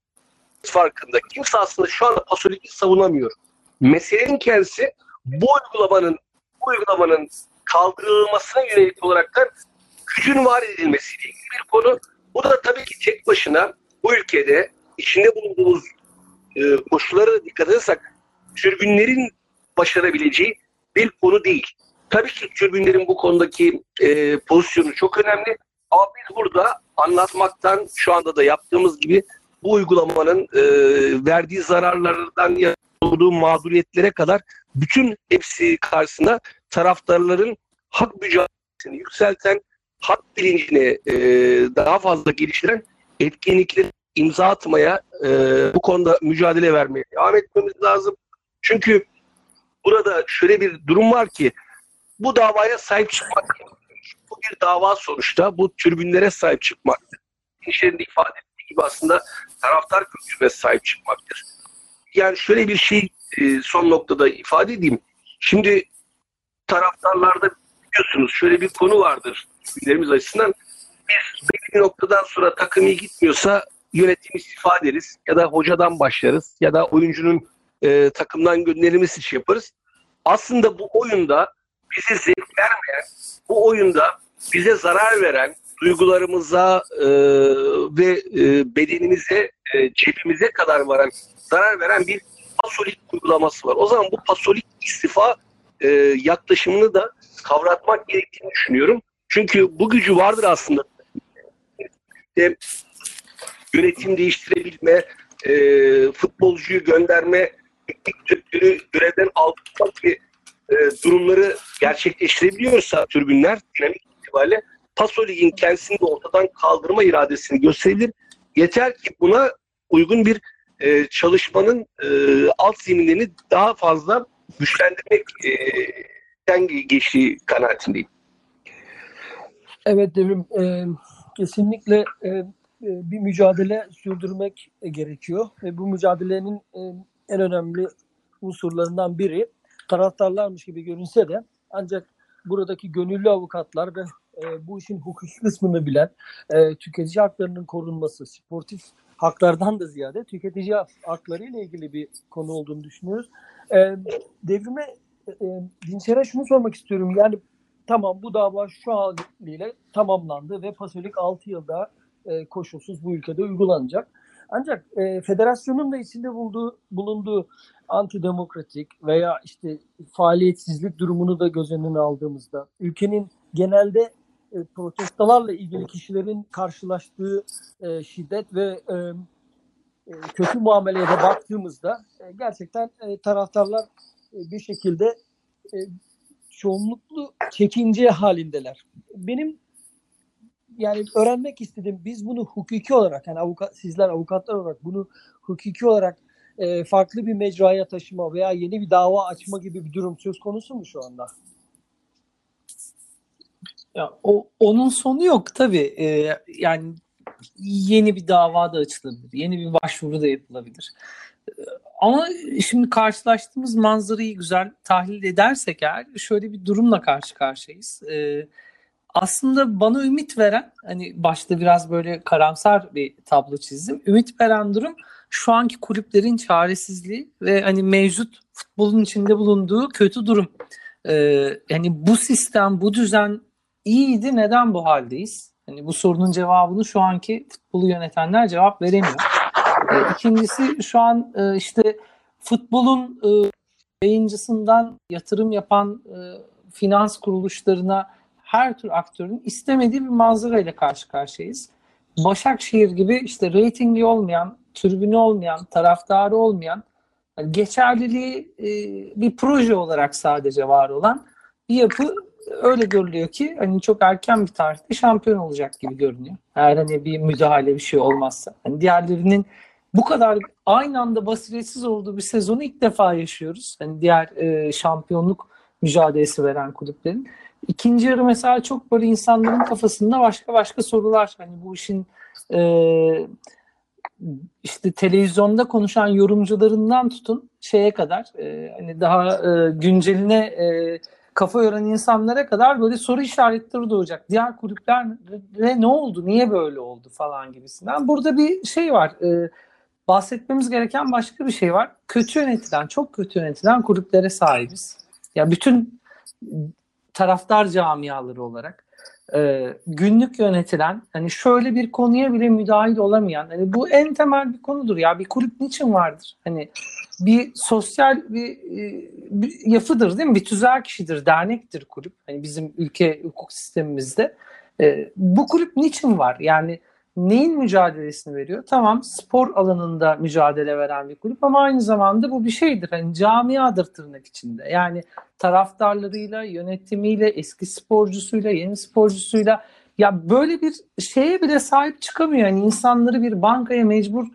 Speaker 4: farkında. Kimse aslında şu anda Pasolik'i savunamıyor. Meselenin kendisi bu uygulamanın bu uygulamanın kaldırılmasına yönelik olarak da gücün var edilmesiyle ilgili bir konu. Bu da tabii ki tek başına bu ülkede içinde bulunduğumuz e, koşullara dikkat edersek tribünlerin başarabileceği bir konu değil. Tabii ki tribünlerin bu konudaki e, pozisyonu çok önemli. Ama biz burada anlatmaktan şu anda da yaptığımız gibi bu uygulamanın e, verdiği zararlardan olduğu mağduriyetlere kadar bütün hepsi karşısında taraftarların hak mücadelesini yükselten, hak bilincini e, daha fazla geliştiren etkinlikleri imza atmaya, e, bu konuda mücadele vermeye devam etmemiz lazım. Çünkü burada şöyle bir durum var ki bu davaya sahip çıkmak, bu bir dava sonuçta, bu tribünlere sahip çıkmaktır. İşlerinde ifade ettiği gibi aslında taraftar kültürüne sahip çıkmaktır. Yani şöyle bir şey e, son noktada ifade edeyim. Şimdi taraftarlarda biliyorsunuz şöyle bir konu vardır tribünlerimiz açısından. Biz belli bir noktadan sonra takım iyi gitmiyorsa yönetim istifa ederiz ya da hocadan başlarız ya da oyuncunun e, takımdan gönderilmesi için yaparız. Aslında bu oyunda bize zevk vermeyen, bu oyunda bize zarar veren, duygularımıza e, ve e, bedenimize, e, cebimize kadar varan, zarar veren bir Pasolik uygulaması var. O zaman bu Pasolik istifa e, yaklaşımını da kavratmak gerektiğini düşünüyorum. Çünkü bu gücü vardır aslında. E, yönetim değiştirebilme, e, futbolcuyu gönderme, teknik direktörü görevden aldırmak gibi e, durumları gerçekleştirebiliyorsa tribünler dinamik itibariyle Pasolik'in kendisini de ortadan kaldırma iradesini gösterebilir. Yeter ki buna uygun bir e, çalışmanın e, alt zeminlerini daha fazla güçlendirmekten e, geçtiği kanaatindeyim.
Speaker 1: Evet Devrim, e, kesinlikle e, bir mücadele sürdürmek gerekiyor ve bu mücadelenin e, en önemli unsurlarından biri taraftarlarmış gibi görünse de ancak buradaki gönüllü avukatlar ve e, bu işin hukuki kısmını bilen, e, tüketici haklarının korunması, sportif haklardan da ziyade tüketici hakları ile ilgili bir konu olduğunu düşünüyoruz. E, Devrime e, Dinçer'e şunu sormak istiyorum. Yani tamam, bu dava şu haliyle tamamlandı ve Pasolik altı yılda e, koşulsuz bu ülkede uygulanacak. Ancak e, federasyonun da içinde bulduğu, bulunduğu antidemokratik veya işte faaliyetsizlik durumunu da göz önüne aldığımızda, ülkenin genelde e, protestolarla ilgili kişilerin karşılaştığı e, şiddet ve e, e, kötü muameleye de baktığımızda e, gerçekten e, taraftarlar e, bir şekilde e, çoğunluklu çekince halindeler. Benim yani öğrenmek istedim. Biz bunu hukuki olarak, yani avukat, sizler avukatlar olarak bunu hukuki olarak e, farklı bir mecraya taşıma veya yeni bir dava açma gibi bir durum söz konusu mu şu anda?
Speaker 2: Ya, o onun sonu yok tabii. Ee, yani yeni bir dava da açılabilir, yeni bir başvuru da yapılabilir. Ee, Ama şimdi karşılaştığımız manzarayı güzel tahlil edersek eğer şöyle bir durumla karşı karşıyayız. Ee, aslında bana ümit veren, hani başta biraz böyle karamsar bir tablo çizdim. Ümit veren durum şu anki kulüplerin çaresizliği ve hani mevcut futbolun içinde bulunduğu kötü durum. Ee, yani bu sistem, bu düzen iyiydi. Neden bu haldeyiz? Hani bu sorunun cevabını şu anki futbolu yönetenler cevap veremiyor. Ee, ikincisi şu an e, işte futbolun e, yayıncısından yatırım yapan e, finans kuruluşlarına her tür aktörün istemediği bir manzara ile karşı karşıyayız. Başakşehir gibi işte reytingli olmayan, tribünü olmayan, taraftarı olmayan, yani geçerliliği e, bir proje olarak sadece var olan bir yapı, öyle görülüyor ki hani çok erken bir tarihte şampiyon olacak gibi görünüyor. Eğer hani bir müdahale bir şey olmazsa. Yani diğerlerinin bu kadar aynı anda basiretsiz olduğu bir sezonu ilk defa yaşıyoruz. Hani diğer e, şampiyonluk mücadelesi veren kulüplerin. İkinci yarı mesela çok böyle insanların kafasında başka başka sorular. Hani bu işin e, işte televizyonda konuşan yorumcularından tutun şeye kadar e, hani daha e, günceline e, kafa yoran insanlara kadar böyle soru işaretleri doğacak. Diğer kulüplere ne oldu, niye böyle oldu falan gibisinden. Burada bir şey var. E, bahsetmemiz gereken başka bir şey var. Kötü yönetilen, çok kötü yönetilen kulüplere sahibiz. Ya bütün taraftar camiaları olarak e, günlük yönetilen, hani şöyle bir konuya bile müdahil olamayan, hani bu en temel bir konudur ya, bir kulüp niçin vardır? Hani bir sosyal bir, e, bir yapıdır değil mi? Bir tüzel kişidir, dernektir kulüp. Hani bizim ülke hukuk sistemimizde. E, bu kulüp niçin var? Yani neyin mücadelesini veriyor? Tamam, spor alanında mücadele veren bir kulüp ama aynı zamanda bu bir şeydir. Hani camiadır tırnak içinde. Yani taraftarlarıyla, yönetimiyle, eski sporcusuyla, yeni sporcusuyla, ya böyle bir şeye bile sahip çıkamıyor. Yani insanları bir bankaya mecbur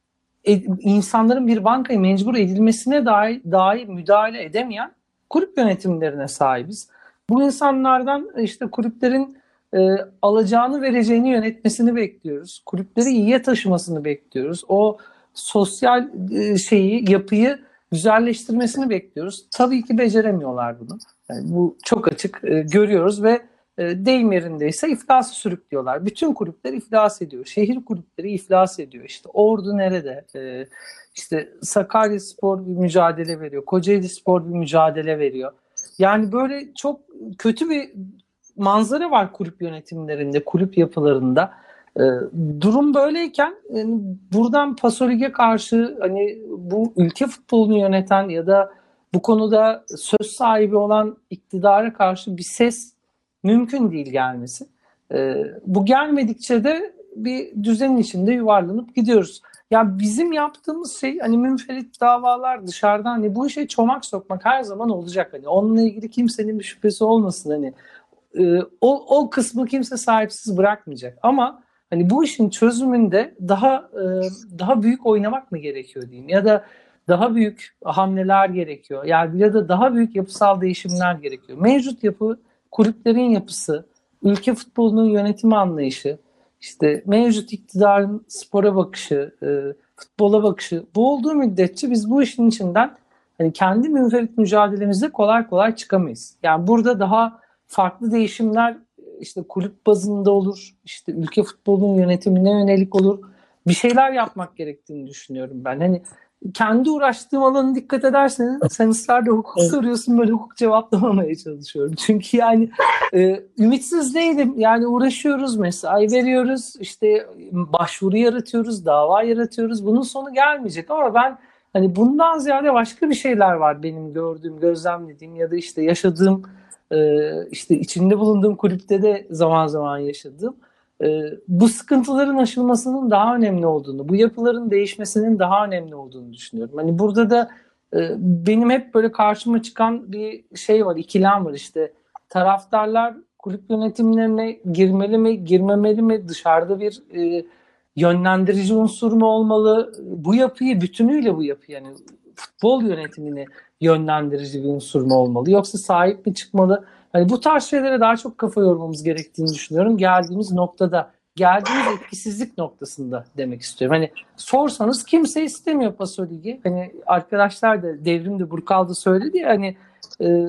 Speaker 2: insanların bir bankaya mecbur edilmesine dahi, dahi müdahale edemeyen kulüp yönetimlerine sahibiz. Bu insanlardan işte kulüplerin e, alacağını vereceğini yönetmesini bekliyoruz. Kulüpleri iyiye taşımasını bekliyoruz. O sosyal e, şeyi, yapıyı güzelleştirmesini bekliyoruz. Tabii ki beceremiyorlar bunu. Yani bu çok açık e, görüyoruz ve e, deyim yerindeyse iflası sürüklüyorlar. Bütün kulüpler iflas ediyor. Şehir kulüpleri iflas ediyor. İşte Ordu nerede? E, işte Sakaryaspor bir mücadele veriyor. Kocaelispor bir mücadele veriyor. Yani böyle çok kötü bir manzara var kulüp yönetimlerinde, kulüp yapılarında. Ee, durum böyleyken yani buradan Pasolik'e karşı hani bu ülke futbolunu yöneten ya da bu konuda söz sahibi olan iktidara karşı bir ses mümkün değil gelmesi. Ee, bu gelmedikçe de bir düzenin içinde yuvarlanıp gidiyoruz. Ya bizim yaptığımız şey hani münferit davalar dışarıdan, hani bu işe çomak sokmak her zaman olacak. Hani onunla ilgili kimsenin bir şüphesi olmasın, hani e, o, o kısmı kimse sahipsiz bırakmayacak. Ama hani bu işin çözümünde daha e, daha büyük oynamak mı gerekiyor diyeyim, ya da daha büyük hamleler gerekiyor. Yani ya da daha büyük yapısal değişimler gerekiyor. Mevcut yapı, kulüplerin yapısı, ülke futbolunun yönetimi anlayışı, işte mevcut iktidarın spora bakışı, e, futbola bakışı, bu olduğu müddetçe biz bu işin içinden hani kendi münferit mücadelemizde kolay kolay çıkamayız. Yani burada daha farklı değişimler işte kulüp bazında olur, işte ülke futbolunun yönetimine yönelik olur. Bir şeyler yapmak gerektiğini düşünüyorum ben. Hani kendi uğraştığım alanı dikkat ederseniz sen ısrarla hukuk
Speaker 1: Evet.
Speaker 2: soruyorsun, böyle hukuk cevaplamamaya çalışıyorum. Çünkü yani e, ümitsiz değilim. Yani uğraşıyoruz, mesai veriyoruz, işte başvuru yaratıyoruz, dava yaratıyoruz. Bunun sonu gelmeyecek ama ben hani bundan ziyade başka bir şeyler var benim gördüğüm, gözlemlediğim ya da işte yaşadığım, e, işte içinde bulunduğum kulüpte de zaman zaman yaşadığım. Ee, bu sıkıntıların aşılmasının daha önemli olduğunu, bu yapıların değişmesinin daha önemli olduğunu düşünüyorum. Hani burada da e, benim hep böyle karşıma çıkan bir şey var, ikilem var işte. Taraftarlar kulüp yönetimlerine girmeli mi, girmemeli mi? Dışarıda bir e, yönlendirici unsur mu olmalı? Bu yapıyı, bütünüyle bu yapı yani futbol yönetimini yönlendirici bir unsur mu olmalı? Yoksa sahip mi çıkmalı? Hani bu tarz şeylere daha çok kafa yormamız gerektiğini düşünüyorum. Geldiğimiz noktada, geldiğimiz etkisizlik noktasında demek istiyorum. Hani sorsanız kimse istemiyor Paso Ligi. Hani arkadaşlar da Devrim de Burkal da söyledi ya hani e,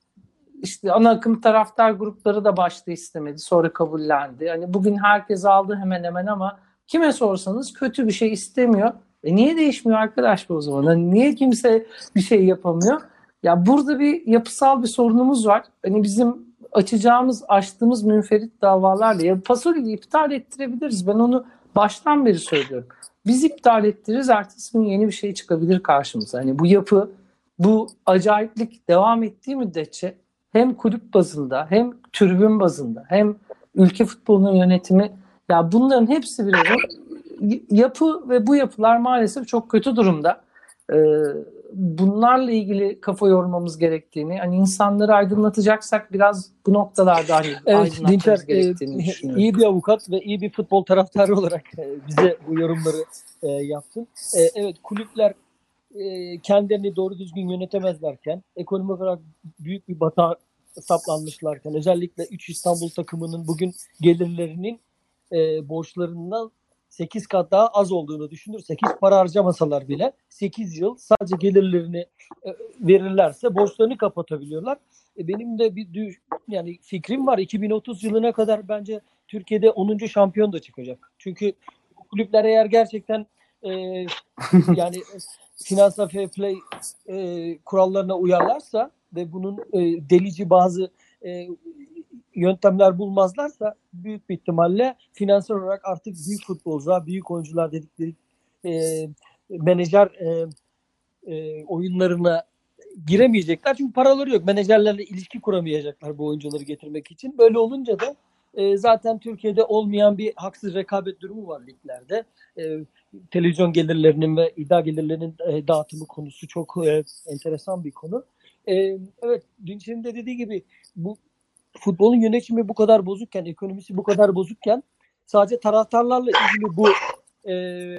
Speaker 2: işte ana akım taraftar grupları da başta istemedi. Sonra kabullendi. Hani bugün herkes aldı hemen hemen ama kime sorsanız kötü bir şey istemiyor. E niye değişmiyor arkadaş bu o zaman? Hani niye kimse bir şey yapamıyor? Ya burada bir yapısal bir sorunumuz var. Hani bizim açacağımız, açtığımız münferit davalarla ya Paso Ligi iptal ettirebiliriz. Ben onu baştan beri söylüyorum. Biz iptal ettiririz, ertesi gün yeni bir şey çıkabilir karşımıza. Hani bu yapı, bu acayiplik devam ettiği müddetçe hem kulüp bazında hem tribün bazında hem ülke futbolunun yönetimi ya bunların hepsi bir arada yapı ve bu yapılar maalesef çok kötü durumda. Ee, bunlarla ilgili kafa yormamız gerektiğini, hani insanları aydınlatacaksak biraz bu noktalarda hani
Speaker 1: Evet Dinçer,
Speaker 2: aydınlatmamız
Speaker 1: e,
Speaker 2: gerektiğini düşünüyorum.
Speaker 1: iyi bir avukat ve iyi bir futbol taraftarı olarak e, bize bu yorumları e, yaptın. E, evet kulüpler e, kendilerini doğru düzgün yönetemezlerken, ekonomik olarak büyük bir batağa saplanmışlarken, özellikle üç İstanbul takımının bugün gelirlerinin e, borçlarından sekiz kat daha az olduğunu düşünürsek, hiç para harcamasalar bile sekiz yıl sadece gelirlerini e, verirlerse borçlarını kapatabiliyorlar. E, benim de bir düş, yani fikrim var. iki bin otuz yılına kadar bence Türkiye'de onuncu şampiyon da çıkacak. Çünkü kulüpler eğer gerçekten e, yani finansal fair play e, kurallarına uyarlarsa ve bunun e, delici bazı e, yöntemler bulmazlarsa büyük bir ihtimalle finansal olarak artık büyük futbolcular, büyük oyuncular dedikleri e, menajer e, e, oyunlarına giremeyecekler. Çünkü paraları yok. Menajerlerle ilişki kuramayacaklar bu oyuncuları getirmek için. Böyle olunca da e, zaten Türkiye'de olmayan bir haksız rekabet durumu var liglerde. E, televizyon gelirlerinin ve iddia gelirlerinin e, dağıtımı konusu çok e, enteresan bir konu. E, evet, Dinçer'in de dediği gibi bu futbolun yönetimi bu kadar bozukken, ekonomisi bu kadar bozukken sadece taraftarlarla ilgili bu e,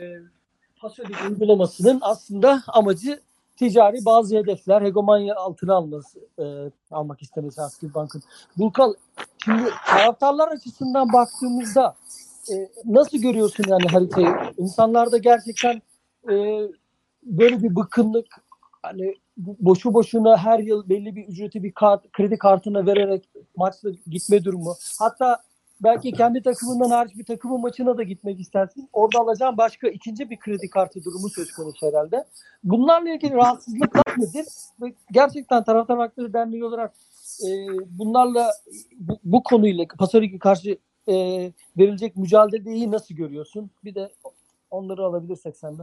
Speaker 1: Paso Ligi uygulamasının aslında amacı ticari bazı hedefler, hegemonya altına alması, e, almak istemesi Aktif Bank'ın. Burkal, şimdi taraftarlar açısından baktığımızda e, nasıl görüyorsun yani haritayı? İnsanlarda gerçekten e, böyle bir bıkkınlık, hani boşu boşuna her yıl belli bir ücreti bir kart, kredi kartına vererek maçta gitme durumu. Hatta belki kendi takımından hariç bir takımın maçına da gitmek istersin. Orada alacağın başka ikinci bir kredi kartı durumu söz konusu herhalde. Bunlarla ilgili rahatsızlıklar nedir? Ve gerçekten Taraftar Hakları Derneği olarak e, bunlarla bu, bu konuyla Paso Ligi karşı e, verilecek mücadeleyi nasıl görüyorsun? Bir de onları alabilirsek senden.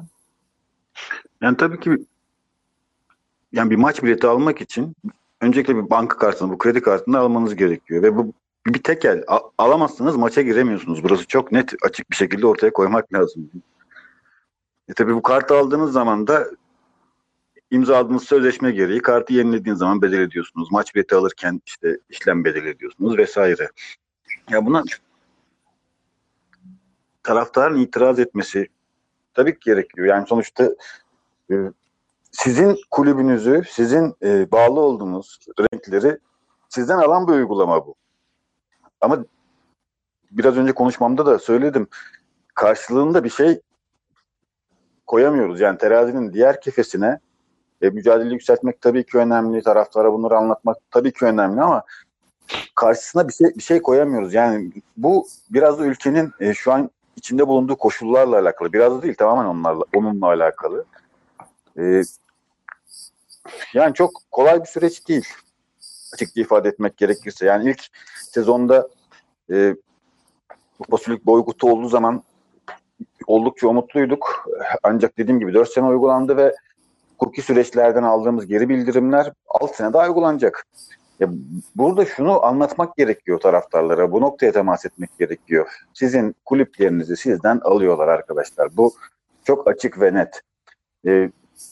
Speaker 3: Yani tabii ki yani bir maç bileti almak için öncelikle bir banka kartını, bu kredi kartını almanız gerekiyor ve bu bir tekel. Al- alamazsanız maça giremiyorsunuz. Burası çok net, açık bir şekilde ortaya koymak lazım. E tabii bu kartı aldığınız zaman da imzaladığınız sözleşme gereği kartı yenilediğiniz zaman bedel ediyorsunuz. Maç bileti alırken işte işlem bedel ediyorsunuz vesaire. Ya buna taraftarın itiraz etmesi tabii ki gerekiyor. Yani sonuçta e, sizin kulübünüzü, sizin e, bağlı olduğunuz renkleri sizden alan bir uygulama bu. Ama biraz önce konuşmamda da söyledim. Karşılığında bir şey koyamıyoruz. Yani terazinin diğer kefesine e, mücadele yükseltmek tabii ki önemli. Taraftara bunları anlatmak tabii ki önemli ama karşısına bir şey bir şey koyamıyoruz. Yani bu biraz da ülkenin e, şu an içinde bulunduğu koşullarla alakalı. Biraz da değil, tamamen onlarla onunla alakalı. E, yani çok kolay bir süreç değil. Açıkça ifade etmek gerekirse. Yani ilk sezonda e, Kupa Sülik boykotu olduğu zaman oldukça umutluyduk. Ancak dediğim gibi dört sene uygulandı ve hukuki süreçlerden aldığımız geri bildirimler altı sene daha uygulanacak. Ya burada şunu anlatmak gerekiyor taraftarlara. Bu noktaya temas etmek gerekiyor. Sizin kulüplerinizi sizden alıyorlar arkadaşlar. Bu çok açık ve net. Ee,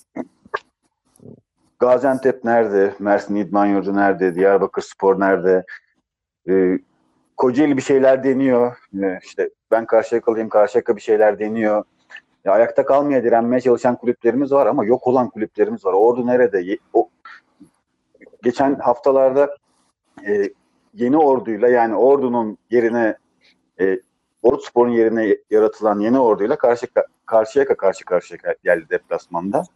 Speaker 3: Gaziantep nerede? Mersin İdman Yurdu nerede? Diyarbakırspor nerede? Ee, Kocaeli bir şeyler deniyor. Ee, işte ben Karşıyaka'lıyım, Karşıyaka bir şeyler deniyor. Ya ayakta kalmaya direnmeye çalışan kulüplerimiz var ama yok olan kulüplerimiz var. Ordu nerede? O, geçen haftalarda e, Yeni Ordu'yla, yani Ordu'nun yerine e, Orduspor'un yerine yaratılan Yeni Ordu'yla karşı Karşıyaka karşı karşıya geldi deplasmanda.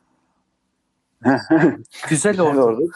Speaker 2: Güzel oldu.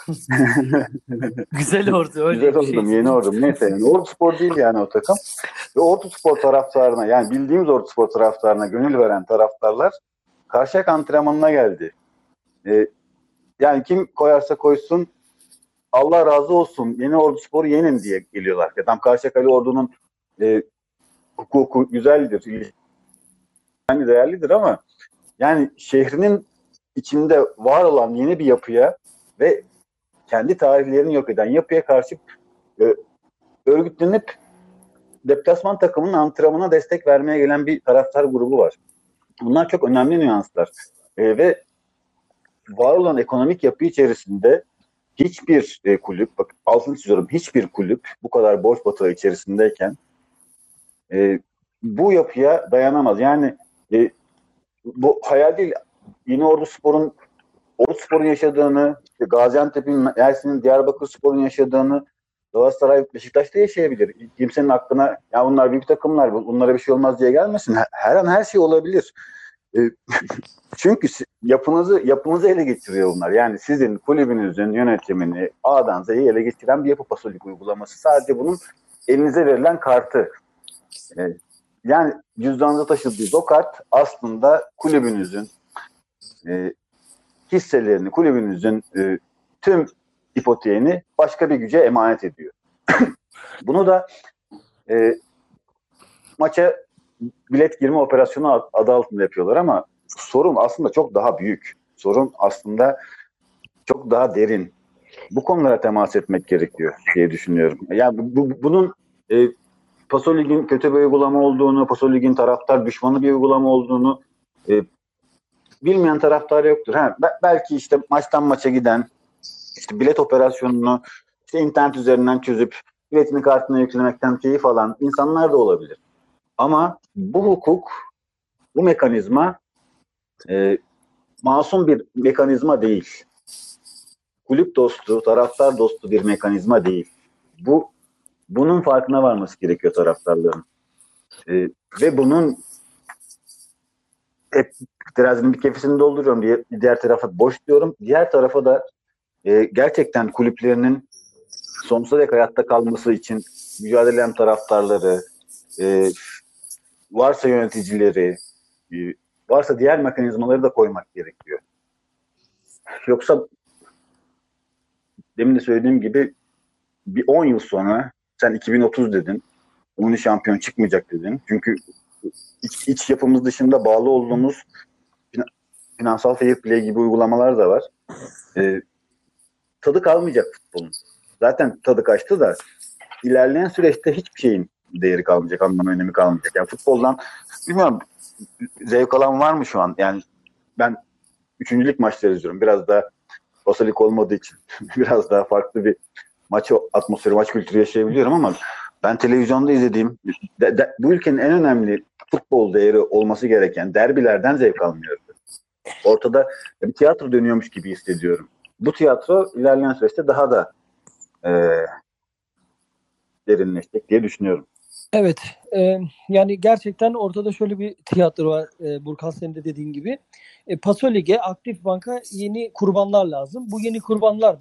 Speaker 2: Güzel oldu. Öyle
Speaker 3: Güzel
Speaker 2: bir
Speaker 3: oldum,
Speaker 2: şey.
Speaker 3: Yeni Ordu. Neyse, yani Orduspor değil yani o takım. Ve Orduspor taraftarına, yani bildiğimiz Orduspor taraftarına gönül veren taraftarlar Karşıyaka antrenmanına geldi. E, yani kim koyarsa koysun Allah razı olsun, Yeni Orduspor'u yenin diye geliyorlar. Tam Karşıyaka'lı Ordu'nun e, hukuku güzeldir, yani değerlidir ama yani şehrinin içinde var olan yeni bir yapıya ve kendi tarihlerini yok eden yapıya karşı e, örgütlenip deplasman takımının antrenmanına destek vermeye gelen bir taraftar grubu var. Bunlar çok önemli nüanslar. E, ve var olan ekonomik yapı içerisinde hiçbir e, kulüp, bak altını çiziyorum, hiçbir kulüp bu kadar borç batağı içerisindeyken e, bu yapıya dayanamaz. Yani e, bu hayal değil. Yeni Orduspor'un Orduspor'un yaşadığını, işte Gaziantep'in, Mersin'in, Diyarbakırspor'un yaşadığını Galatasaray, Beşiktaş'ta yaşayabilir. Kimsenin aklına ya bunlar büyük takımlar, bunlara bir şey olmaz diye gelmesin. Her an her şey olabilir. E, çünkü yapınızı yapınızı ele geçiriyor bunlar. Yani sizin kulübünüzün yönetimini A'dan Z'ye ele geçiren bir yapı pasolik uygulaması. Sadece bunun elinize verilen kartı. E, yani cüzdanınıza taşıdığınız o kart aslında kulübünüzün e, hisselerini, kulübünüzün e, tüm ipoteğini başka bir güce emanet ediyor. Bunu da e, maça bilet girme operasyonu adı altında yapıyorlar ama sorun aslında çok daha büyük. Sorun aslında çok daha derin. Bu konulara temas etmek gerekiyor diye düşünüyorum. Yani bu, bu, bunun e, Paso Lig'in kötü bir uygulama olduğunu, Paso Lig'in taraftar düşmanı bir uygulama olduğunu e, bilmeyen taraftar yoktur. Ha, belki işte maçtan maça giden, işte bilet operasyonunu işte internet üzerinden çözüp biletini kartına yüklemekten keyif alan insanlar da olabilir. Ama bu hukuk, bu mekanizma e, masum bir mekanizma değil. Kulüp dostu, taraftar dostu bir mekanizma değil. Bu bunun farkına varması gerekiyor taraftarların. E, ve bunun hep terazinin bir kefesini dolduruyorum diye diğer tarafa boş diyorum. Diğer tarafa da e, gerçekten kulüplerinin sonsuza dek hayatta kalması için mücadele eden taraftarları, e, varsa yöneticileri, e, varsa diğer mekanizmaları da koymak gerekiyor. Yoksa demin de söylediğim gibi bir on yıl sonra sen iki bin otuz dedin, Umuni şampiyon çıkmayacak dedin. Çünkü iç, iç yapımız dışında bağlı olduğumuz finansal fair play gibi uygulamalar da var. E, tadı kalmayacak futbolun. Zaten tadı kaçtı da ilerleyen süreçte hiçbir şeyin değeri kalmayacak, anlamı, önemi kalmayacak. Yani futboldan bilmiyorum, zevk alan var mı şu an? Yani ben üçüncülük maçları izliyorum. Biraz da basalık olmadığı için biraz daha farklı bir maç atmosferi, maç kültürü yaşayabiliyorum ama ben televizyonda izlediğim de, de, bu ülkenin en önemli futbol değeri olması gereken derbilerden zevk almıyorum. Ortada bir tiyatro dönüyormuş gibi hissediyorum. Bu tiyatro ilerleyen süreçte daha da e, derinleşecek diye düşünüyorum.
Speaker 1: Evet. E, yani gerçekten ortada şöyle bir tiyatro var. E, Burkan senin de dediğin gibi. E, Paso Lig'e, Aktif Bank'a yeni kurbanlar lazım. Bu yeni kurbanlar da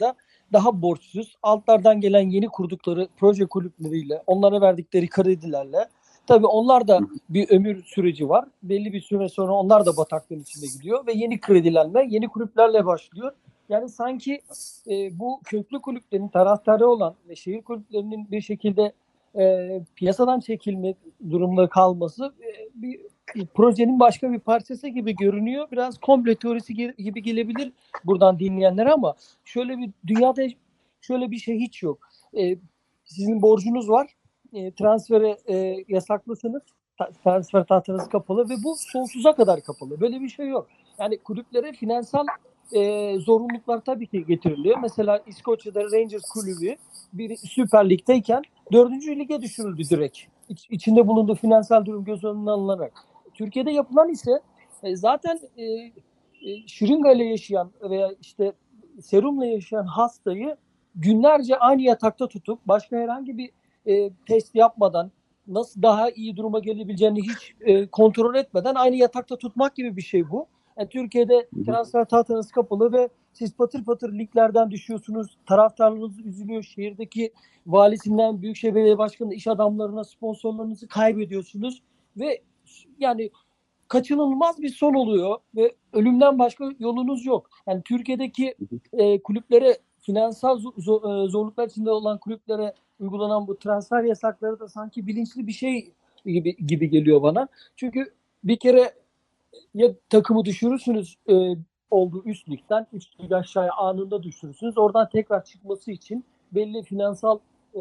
Speaker 1: daha borçsuz, altlardan gelen yeni kurdukları proje kulüpleriyle, onlara verdikleri kredilerle, tabii onlar da bir ömür süreci var. Belli bir süre sonra onlar da bataklığın içinde gidiyor ve yeni kredilerle, yeni kulüplerle başlıyor. Yani sanki e, bu köklü kulüplerin taraftarı olan ve şehir kulüplerinin bir şekilde e, piyasadan çekilme durumunda kalması e, bir projenin başka bir parçası gibi görünüyor. Biraz komplo teorisi gibi gelebilir buradan dinleyenlere ama şöyle bir dünyada şöyle bir şey hiç yok. E, sizin borcunuz var. E, transfere e, yasaklısınız. Ta- transfer tahtanız kapalı ve bu sonsuza kadar kapalı. Böyle bir şey yok. Yani kulüplere finansal e, zorunluluklar tabii ki getiriliyor. Mesela İskoçya'da Rangers kulübü bir Süper Lig'deyken dördüncü lige düşürüldü direkt. İç, içinde bulunduğu finansal durum göz önüne alınarak. Türkiye'de yapılan ise e, zaten e, e, şırıngayla yaşayan veya işte serumla yaşayan hastayı günlerce aynı yatakta tutup başka herhangi bir e, test yapmadan nasıl daha iyi duruma gelebileceğini hiç e, kontrol etmeden aynı yatakta tutmak gibi bir şey bu. Yani Türkiye'de transfer tahtanız kapalı ve siz patır patır liglerden düşüyorsunuz. Taraftarlarınız üzülüyor. Şehirdeki valisinden Büyükşehir Belediye Başkanı, iş adamlarına, sponsorlarınızı kaybediyorsunuz ve yani kaçınılmaz bir son oluyor ve ölümden başka yolunuz yok. Yani Türkiye'deki e, kulüplere finansal zor, zorluklar içinde olan kulüplere uygulanan bu transfer yasakları da sanki bilinçli bir şey gibi gibi geliyor bana. Çünkü bir kere ya takımı düşürürsünüz e, olduğu üst ligden, üst lig aşağıya anında düşürürsünüz. Oradan tekrar çıkması için belli finansal e,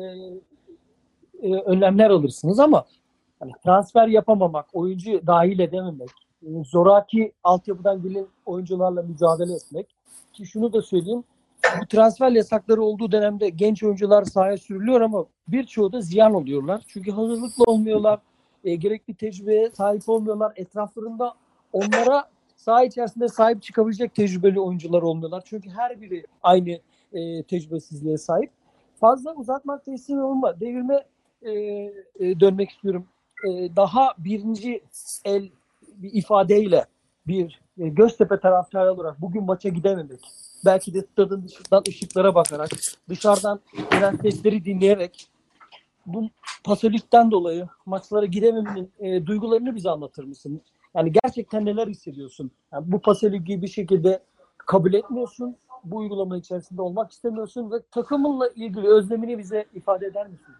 Speaker 1: e, önlemler alırsınız ama hani transfer yapamamak, oyuncu dahil edememek, yani zoraki altyapıdan gelen oyuncularla mücadele etmek. Ki şunu da söyleyeyim, bu transfer yasakları olduğu dönemde genç oyuncular sahaya sürülüyor ama birçoğu da ziyan oluyorlar. Çünkü hazırlıklı olmuyorlar, e, gerekli tecrübeye sahip olmuyorlar. Etraflarında onlara saha içerisinde sahip çıkabilecek tecrübeli oyuncular olmuyorlar. Çünkü her biri aynı e, tecrübesizliğe sahip. Fazla uzatmak da istemiyorum. Devirme e, e, dönmek istiyorum. E, daha birinci el bir ifadeyle bir e, Göztepe taraftarı olarak bugün maça gidememek, belki de stadın dışından ışıklara bakarak, dışarıdan gelen sesleri dinleyerek bu pasolikten dolayı maçlara gidememenin e, duygularını bize anlatır mısın? Yani gerçekten neler hissediyorsun? Yani bu pasoliği bir şekilde kabul etmiyorsun, bu uygulama içerisinde olmak istemiyorsun ve takımınla ilgili özlemini bize ifade eder misin?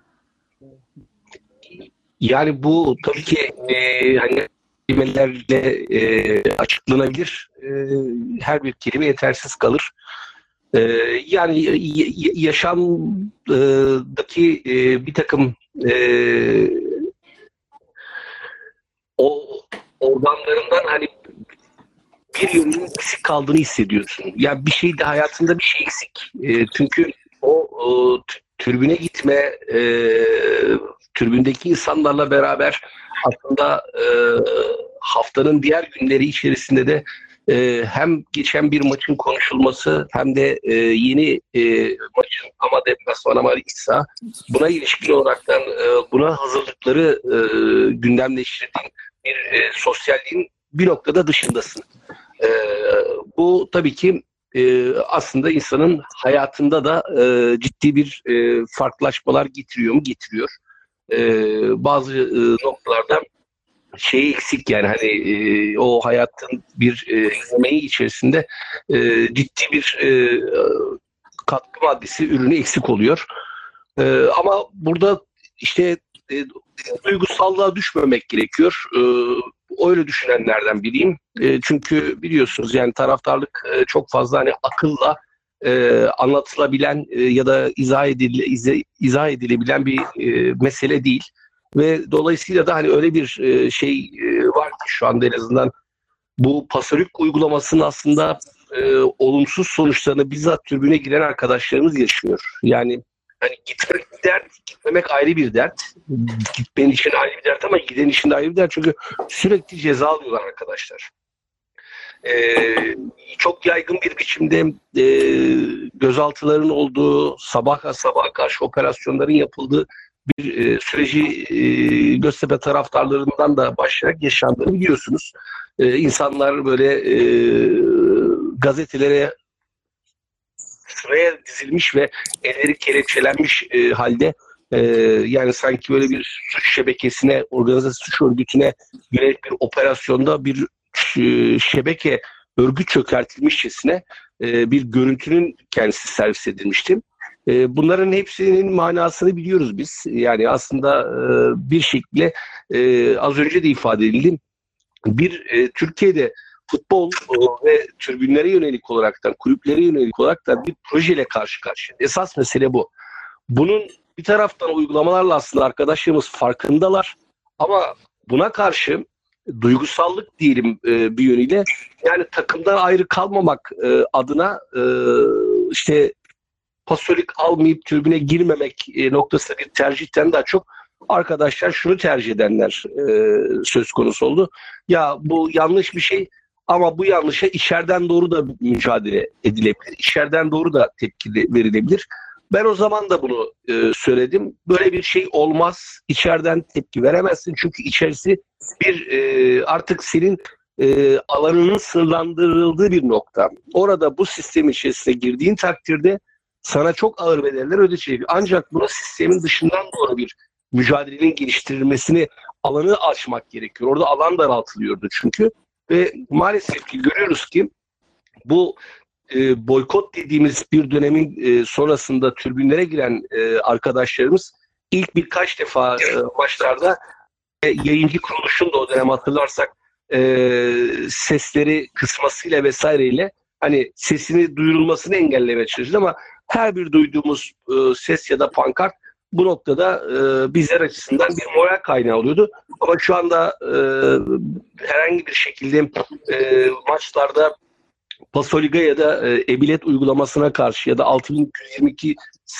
Speaker 4: Yani bu tabii ki e, hani kelimelerle e, açıklanabilir. E, her bir kelime yetersiz kalır. E, yani y- y- yaşamdaki e, bir takım e, o organlarından hani bir yönünün eksik kaldığını hissediyorsun. Yani bir şey de hayatında bir şey eksik. E, çünkü o, o tribüne gitme, e, tribündeki insanlarla beraber aslında e, haftanın diğer günleri içerisinde de e, hem geçen bir maçın konuşulması hem de e, yeni e, maçın ama deplasman ama iç saha buna ilişkin olaraktan e, buna hazırlıkları e, gündemleştirdiğin bir e, sosyalliğin bir noktada dışındasın. E, bu tabii ki e, aslında insanın hayatında da e, ciddi bir e, farklılaşmalar getiriyor mu? Getiriyor. E, bazı e, noktalarda şey eksik yani hani e, o hayatın bir e, yemeği içerisinde e, ciddi bir e, katkı maddesi ürünü eksik oluyor. E, ama burada işte e, duygusallığa düşmemek gerekiyor. E, öyle düşünenlerden biriyim. E, çünkü biliyorsunuz yani taraftarlık e, çok fazla hani akılla e, anlatılabilen e, ya da izah, edile, izah, izah edilebilen bir e, mesele değil. Ve dolayısıyla da hani öyle bir e, şey e, var ki şu anda en azından bu pasolik uygulamasının aslında e, olumsuz sonuçlarını bizzat tribüne giren arkadaşlarımız yaşıyor. Yani hani gitmek bir dert, gitmemek ayrı bir dert. Gitmenin için ayrı bir dert ama giden için de ayrı bir dert. Çünkü sürekli ceza alıyorlar arkadaşlar. Ee, çok yaygın bir biçimde e, gözaltıların olduğu, sabah sabaha karşı operasyonların yapıldığı bir e, süreci e, Göztepe taraftarlarından da başlayarak yaşandığını biliyorsunuz. E, insanlar böyle e, gazetelere sıraya dizilmiş ve elleri kelepçelenmiş e, halde e, yani sanki böyle bir suç şebekesine, organize suç örgütüne yönelik bir operasyonda bir e, şebeke örgüt çökertilmişçesine e, bir görüntünün kendisi servis edilmişti. E, bunların hepsinin manasını biliyoruz biz. Yani aslında e, bir şekilde e, az önce de ifade edildi. Bir e, Türkiye'de futbol e, ve tribünlere yönelik olaraktan, kulüplere yönelik olaraktan bir projeyle karşı karşıya. Esas mesele bu. Bunun bir taraftan uygulamalarla aslında arkadaşlarımız farkındalar ama buna karşı duygusallık diyelim e, bir yönüyle, yani takımdan ayrı kalmamak e, adına e, işte pasolik almayıp tribüne girmemek e, noktasında bir tercihten daha çok arkadaşlar şunu tercih edenler e, söz konusu oldu. Ya bu yanlış bir şey ama bu yanlışa içeriden doğru da mücadele edilebilir. İçeriden doğru da tepki verilebilir. Ben o zaman da bunu e, söyledim. Böyle bir şey olmaz. İçeriden tepki veremezsin. Çünkü içerisi bir e, artık senin e, alanının sınırlandırıldığı bir nokta. Orada bu sistem içerisine girdiğin takdirde sana çok ağır bedeller ödeyecek. Ancak buna sistemin dışından doğru bir mücadelenin geliştirilmesini, alanı açmak gerekiyor. Orada alan daraltılıyordu çünkü. Ve maalesef ki görüyoruz ki bu e, boykot dediğimiz bir dönemin e, sonrasında tribünlere giren e, arkadaşlarımız ilk birkaç defa e, maçlarda e, yayıncı kuruluşun da o dönem hatırlarsak e, sesleri kısmasıyla vesaireyle hani sesini duyurulmasını engellemeye çalıştı ama her bir duyduğumuz e, ses ya da pankart bu noktada e, bizler açısından bir moral kaynağı oluyordu. Ama şu anda e, herhangi bir şekilde e, maçlarda Pasoliga ya da e, e-bilet uygulamasına karşı ya da altı bin iki yüz yirmi iki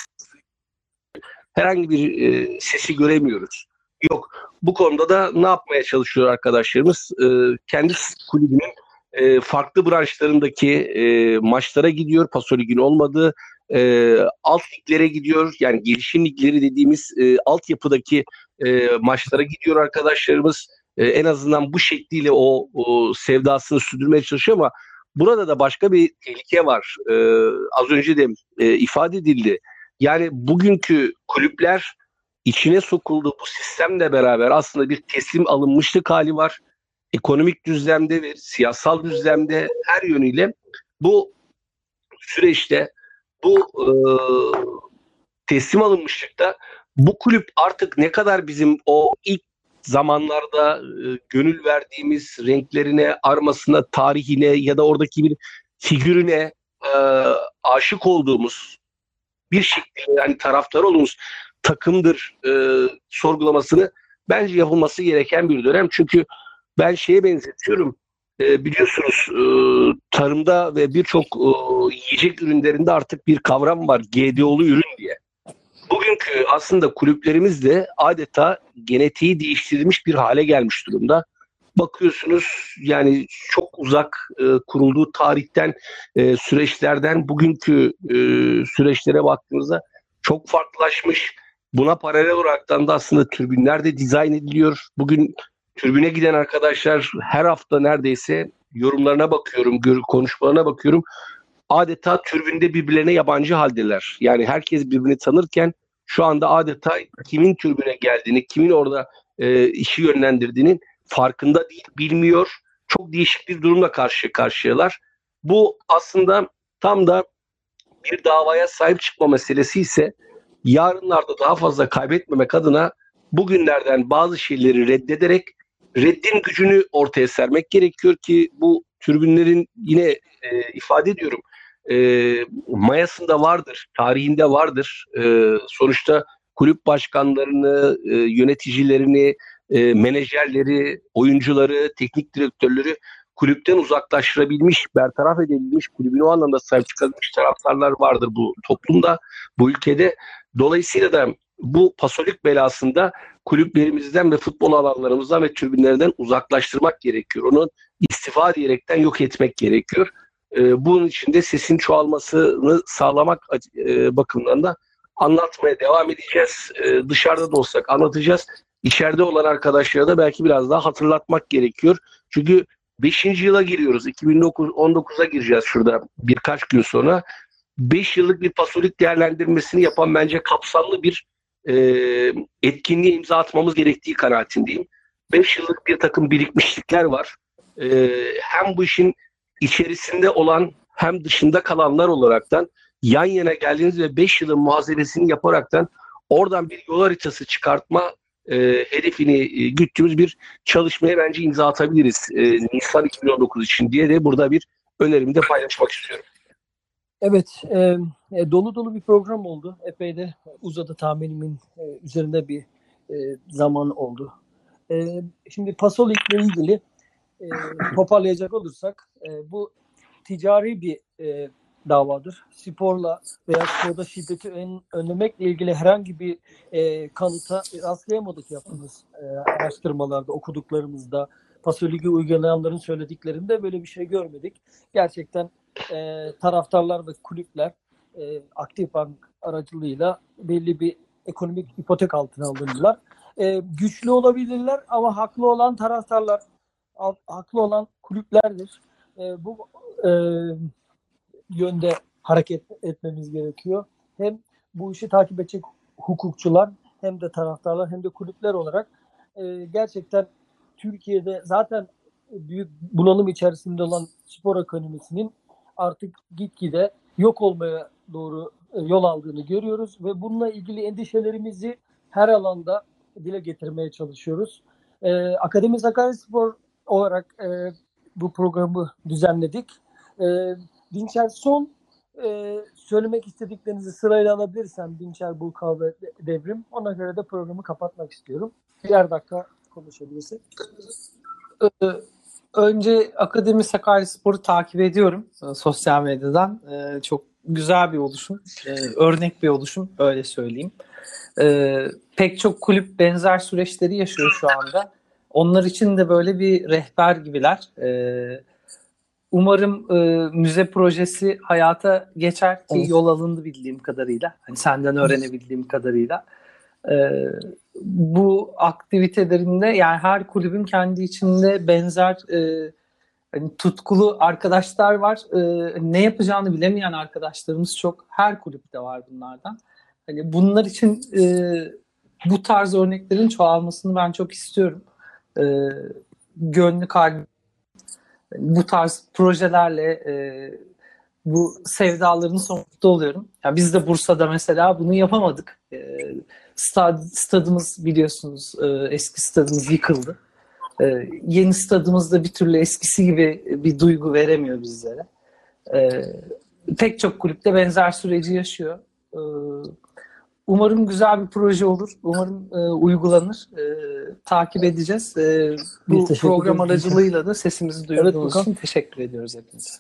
Speaker 4: herhangi bir e, sesi göremiyoruz. Yok. Bu konuda da ne yapmaya çalışıyor arkadaşlarımız? E, kendi kulübünün e, farklı branşlarındaki e, maçlara gidiyor. Pasolig'in olmadığı e, alt liglere gidiyor. Yani gelişim ligleri dediğimiz e, altyapıdaki e, maçlara gidiyor arkadaşlarımız. E, en azından bu şekliyle o, o sevdasını sürdürmeye çalışıyor ama burada da başka bir tehlike var. E, az önce de e, ifade edildi. Yani bugünkü kulüpler içine sokulduğu bu sistemle beraber aslında bir teslim alınmışlık hali var. Ekonomik düzlemde ve siyasal düzlemde her yönüyle bu süreçte bu e, teslim alınmışlıkta bu kulüp artık ne kadar bizim o ilk zamanlarda e, gönül verdiğimiz renklerine, armasına, tarihine ya da oradaki bir figürüne e, aşık olduğumuz bir şekilde yani taraftar olduğumuz takımdır e, sorgulamasını bence yapılması gereken bir dönem. Çünkü ben şeye benzetiyorum. E, biliyorsunuz e, tarımda ve birçok e, yiyecek ürünlerinde artık bir kavram var. G D O'lu ürün diye. Bugünkü aslında kulüplerimiz de adeta genetiği değiştirilmiş bir hale gelmiş durumda. Bakıyorsunuz yani çok uzak e, kurulduğu tarihten, e, süreçlerden bugünkü e, süreçlere baktığımızda çok farklılaşmış. Buna paralel olaraktan da aslında tribünler de dizayn ediliyor. Bugün tribüne giden arkadaşlar her hafta neredeyse yorumlarına bakıyorum, konuşmalarına bakıyorum. Adeta tribünde birbirlerine yabancı haldeler. Yani herkes birbirini tanırken şu anda adeta kimin tribüne geldiğini, kimin orada e, işi yönlendirdiğinin farkında değil, bilmiyor. Çok değişik bir durumla karşı karşıyalar. Bu aslında tam da bir davaya sahip çıkma meselesi ise yarınlarda daha fazla kaybetmemek adına bugünlerden bazı şeyleri reddederek reddin gücünü ortaya sermek gerekiyor ki bu tribünlerin yine e, ifade ediyorum e, mayasında vardır, tarihinde vardır. E, sonuçta kulüp başkanlarını, e, yöneticilerini, e, menajerleri, oyuncuları, teknik direktörleri kulüpten uzaklaştırabilmiş, bertaraf edebilmiş, kulübün o anlamda sahip çıkabilmiş taraftarlar vardır bu toplumda, bu ülkede. Dolayısıyla da bu pasolik belasında kulüplerimizden ve futbol alanlarımızdan ve tribünlerden uzaklaştırmak gerekiyor. Onun istifa diyerekten yok etmek gerekiyor. Ee, bunun için de sesin çoğalmasını sağlamak e, bakımından da anlatmaya devam edeceğiz. Ee, dışarıda da olsak anlatacağız. İçeride olan arkadaşlara da belki biraz daha hatırlatmak gerekiyor. Çünkü beşinci yıla giriyoruz. iki bin on dokuza gireceğiz şurada birkaç gün sonra. beş yıllık bir pasolik değerlendirmesini yapan bence kapsamlı bir e, etkinliğe imza atmamız gerektiği kanaatindeyim. beş yıllık bir takım birikmişlikler var. E, hem bu işin içerisinde olan hem dışında kalanlar olaraktan yan yana geldiğiniz ve beş yılın muhasebesini yaparaktan oradan bir yol haritası çıkartma e, hedefini e, güttüğümüz bir çalışmaya bence imza atabiliriz. E, Nisan iki bin on dokuz için diye de burada bir önerimi de paylaşmak istiyorum.
Speaker 1: Evet, e, e, dolu dolu bir program oldu. Epey de uzadı, tahminimin e, üzerinde bir e, zaman oldu. E, şimdi Pasolik'le ilgili e, toparlayacak olursak e, bu ticari bir e, davadır. Sporla veya sporda şiddeti ön, önlemekle ilgili herhangi bir e, kanıta rastlayamadık yaptığımız e, araştırmalarda, okuduklarımızda. Pasolik'i uygulayanların söylediklerinde böyle bir şey görmedik. Gerçekten e, taraftarlar ve kulüpler e, Aktifbank aracılığıyla belli bir ekonomik ipotek altına alındılar. E, güçlü olabilirler ama haklı olan taraftarlar, haklı olan kulüplerdir. E, bu e, yönde hareket etmemiz gerekiyor. Hem bu işi takip edecek hukukçular hem de taraftarlar hem de kulüpler olarak e, gerçekten Türkiye'de zaten büyük bunalım içerisinde olan spor ekonomisinin artık gitgide yok olmaya doğru yol aldığını görüyoruz ve bununla ilgili endişelerimizi her alanda dile getirmeye çalışıyoruz. Ee, Akademi Sakaryaspor olarak e, bu programı düzenledik. E, Dinçer, son e, söylemek istediklerinizi sırayla alabilirsem Dinçer, Burkal ve Devrim. Ona göre de programı kapatmak istiyorum. Birer dakika konuşabilirsek.
Speaker 2: Ee, Önce Akademi Sakaryaspor'u takip ediyorum e, sosyal medyadan. E, çok güzel bir oluşum, e, örnek bir oluşum, öyle söyleyeyim. E, pek çok kulüp benzer süreçleri yaşıyor şu anda. Onlar için de böyle bir rehber gibiler. E, umarım e, müze projesi hayata geçer ki
Speaker 1: Evet.
Speaker 2: yol alındı bildiğim kadarıyla. Hani senden öğrenebildiğim kadarıyla. Ee, bu aktivitelerinde yani her kulübün kendi içinde benzer e, hani tutkulu arkadaşlar var. E, ne yapacağını bilemeyen arkadaşlarımız çok. Her kulüpte var bunlardan. Hani bunlar için e, bu tarz örneklerin çoğalmasını ben çok istiyorum. E, gönlü kalbi bu tarz projelerle e, bu sevdaların sonunda oluyorum. Ya biz de Bursa'da mesela bunu yapamadık. E, stad, stadımız biliyorsunuz e, eski stadımız yıkıldı. E, yeni stadımız da bir türlü eskisi gibi bir duygu veremiyor bizlere. E, pek çok kulüpte benzer süreci yaşıyor. E, umarım güzel bir proje olur. Umarım e, uygulanır. E, takip edeceğiz. E, bu program aracılığıyla da sesimizi duyurduğunuz
Speaker 1: Evet,
Speaker 2: için teşekkür ediyoruz hepinize.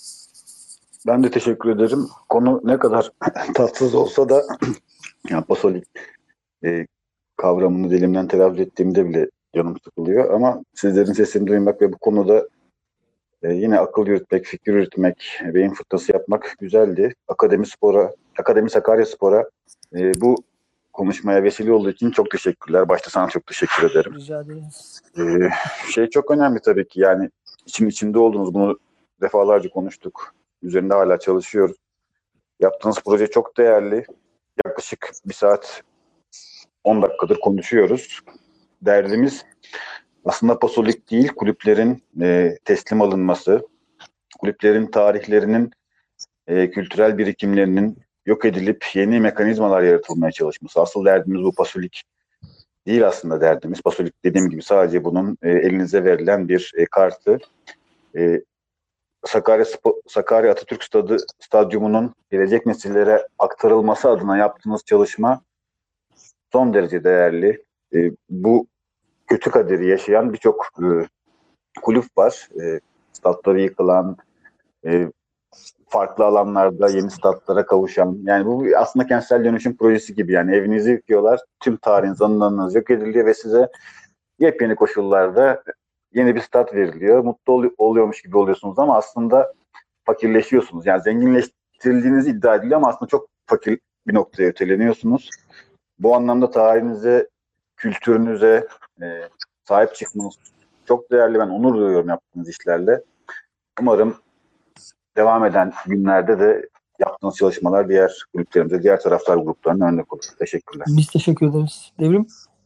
Speaker 3: Ben de teşekkür ederim. Konu ne kadar tatsız olsa da yani Pasolik e, kavramını dilimden telaffuz ettiğimde bile canım sıkılıyor. Ama sizlerin sesini duymak ve bu konuda e, yine akıl yürütmek, fikir yürütmek, beyin fırtınası yapmak güzeldi. Akademi Spor'a, Akademi Sakaryaspor'a e, bu konuşmaya vesile olduğu için çok teşekkürler. Başta sana çok teşekkür ederim.
Speaker 1: Rica ederim.
Speaker 3: Ee, şey çok önemli tabii ki, yani için içinde olduğunuz, bunu defalarca konuştuk. Üzerinde hala çalışıyoruz. Yaptığınız proje çok değerli. Yaklaşık bir saat on dakikadır konuşuyoruz. Derdimiz aslında Pasolik değil, kulüplerin e, teslim alınması, kulüplerin tarihlerinin, e, kültürel birikimlerinin yok edilip yeni mekanizmalar yaratılmaya çalışması. Asıl derdimiz bu, Pasolik değil aslında derdimiz. Pasolik dediğim gibi sadece bunun e, elinize verilen bir e, kartı. E, Sakarya, Sakarya Atatürk Stadı, Stadyumu'nun gelecek nesillere aktarılması adına yaptığınız çalışma son derece değerli. E, bu kötü kaderi yaşayan birçok e, kulüp var. E, statları yıkılan, e, farklı alanlarda yeni statlara kavuşan. Yani bu aslında kentsel dönüşüm projesi gibi. Yani evinizi yıkıyorlar, tüm tarihiniz, anılarınız yok ediliyor ve size yepyeni koşullarda yeni bir stat veriliyor. Mutlu ol- oluyormuş gibi oluyorsunuz ama aslında fakirleşiyorsunuz. Yani zenginleştirildiğiniz iddia ediliyor ama aslında çok fakir bir noktaya öteleniyorsunuz. Bu anlamda tarihinize, kültürünüze e, sahip çıkmanız çok değerli. Ben onur duyuyorum yaptığınız işlerle. Umarım devam eden günlerde de yaptığınız çalışmalar diğer kulüplerimize, diğer taraftar gruplarına örnek olur. Teşekkürler.
Speaker 1: Biz teşekkür ederiz. Devrim?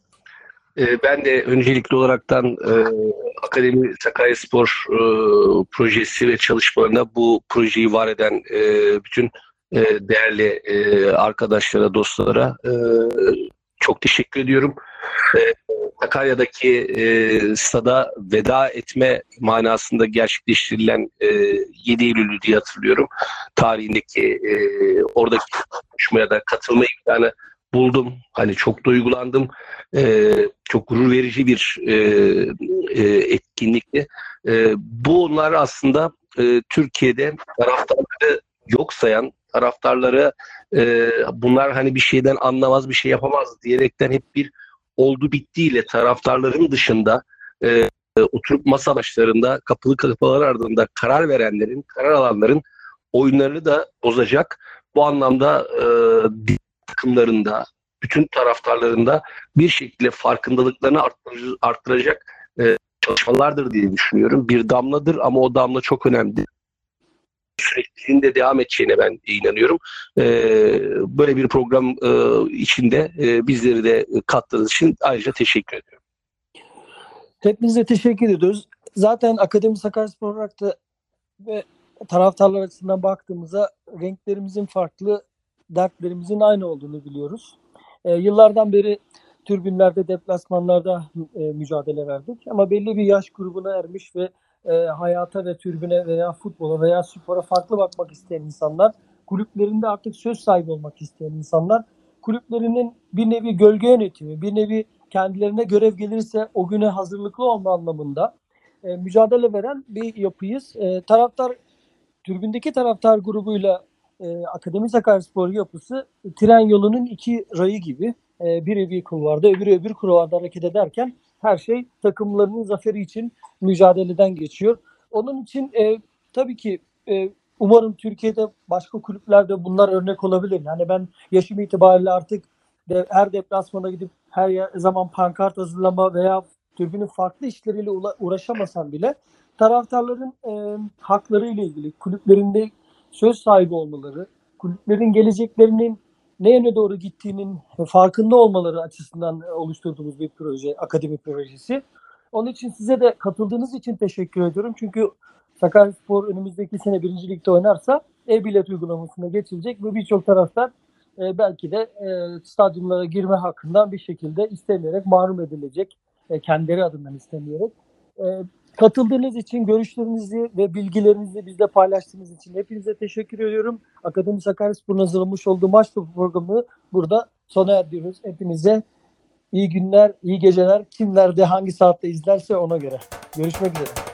Speaker 4: Ee, Ben de öncelikli olaraktan e, Akademi Sakaryaspor e, projesi ve çalışmalarına bu projeyi var eden e, bütün e, değerli e, arkadaşlara, dostlara e, çok teşekkür ediyorum. E, Sakarya'daki e, stada veda etme manasında gerçekleştirilen e, yedi Eylül'ü diye hatırlıyorum. Tarihindeki e, oradaki konuşmaya da katılma imkanı buldum. Hani çok duygulandım. Ee, çok gurur verici bir e, e, etkinlikti. E, bunlar aslında e, Türkiye'de taraftarları yok sayan, taraftarları e, bunlar hani bir şeyden anlamaz, bir şey yapamaz diyerekten hep bir oldu bittiyle taraftarların dışında e, oturup masa başlarında kapılı kapılar ardında karar verenlerin, karar alanların oyunlarını da bozacak. Bu anlamda e, takımlarında, bütün taraftarlarında bir şekilde farkındalıklarını arttıracak, arttıracak e, çalışmalardır diye düşünüyorum. Bir damladır ama o damla çok önemli. Sürekliliğin de devam edeceğine ben inanıyorum. E, böyle bir program e, içinde e, bizleri de kattığınız için ayrıca teşekkür ediyorum.
Speaker 1: Hepinize teşekkür ediyoruz. Zaten Akademi Sakaryaspor olarak da ve taraftarlar açısından baktığımızda renklerimizin farklı, dertlerimizin aynı olduğunu biliyoruz. E, yıllardan beri tribünlerde, deplasmanlarda e, mücadele verdik. Ama belli bir yaş grubuna ermiş ve e, hayata ve tribüne veya futbola veya spora farklı bakmak isteyen insanlar, kulüplerinde artık söz sahibi olmak isteyen insanlar, kulüplerinin bir nevi gölge yönetimi, bir nevi kendilerine görev gelirse o güne hazırlıklı olma anlamında e, mücadele veren bir yapıyız. E, taraftar, tribündeki taraftar grubuyla e, Akademi Sakaryaspor yapısı tren yolunun iki rayı gibi. E, biri bir kulvarda, öbürü öbür kulvarda hareket ederken her şey takımlarının zaferi için mücadeleden geçiyor. Onun için e, tabii ki e, umarım Türkiye'de başka kulüplerde bunlar örnek olabilir. Yani ben yaşım itibariyle artık de, her deplasmana gidip her zaman pankart hazırlama veya tribünün farklı işleriyle uğraşamasam bile taraftarların e, hakları ile ilgili, kulüplerinde söz sahibi olmaları, kulüplerin geleceklerinin ne yöne doğru gittiğinin farkında olmaları açısından oluşturduğumuz bir proje, akademi projesi. Onun için size de katıldığınız için teşekkür ediyorum. Çünkü Sakaryaspor önümüzdeki sene birinci Lig'de oynarsa e-bilet uygulamasına geçilecek ve birçok taraftar e, belki de e, stadyumlara girme hakkından bir şekilde istemeyerek mahrum edilecek. E, kendileri adından istemeyerek. E, Katıldığınız için, görüşlerinizi ve bilgilerinizi bizle paylaştığınız için hepinize teşekkür ediyorum. Akademi Sakaryaspor'un hazırlamış olduğu maç programı burada sona erdiriyoruz. Hepinize iyi günler, iyi geceler. Kim nerede, hangi saatte izlerse ona göre. Görüşmek üzere.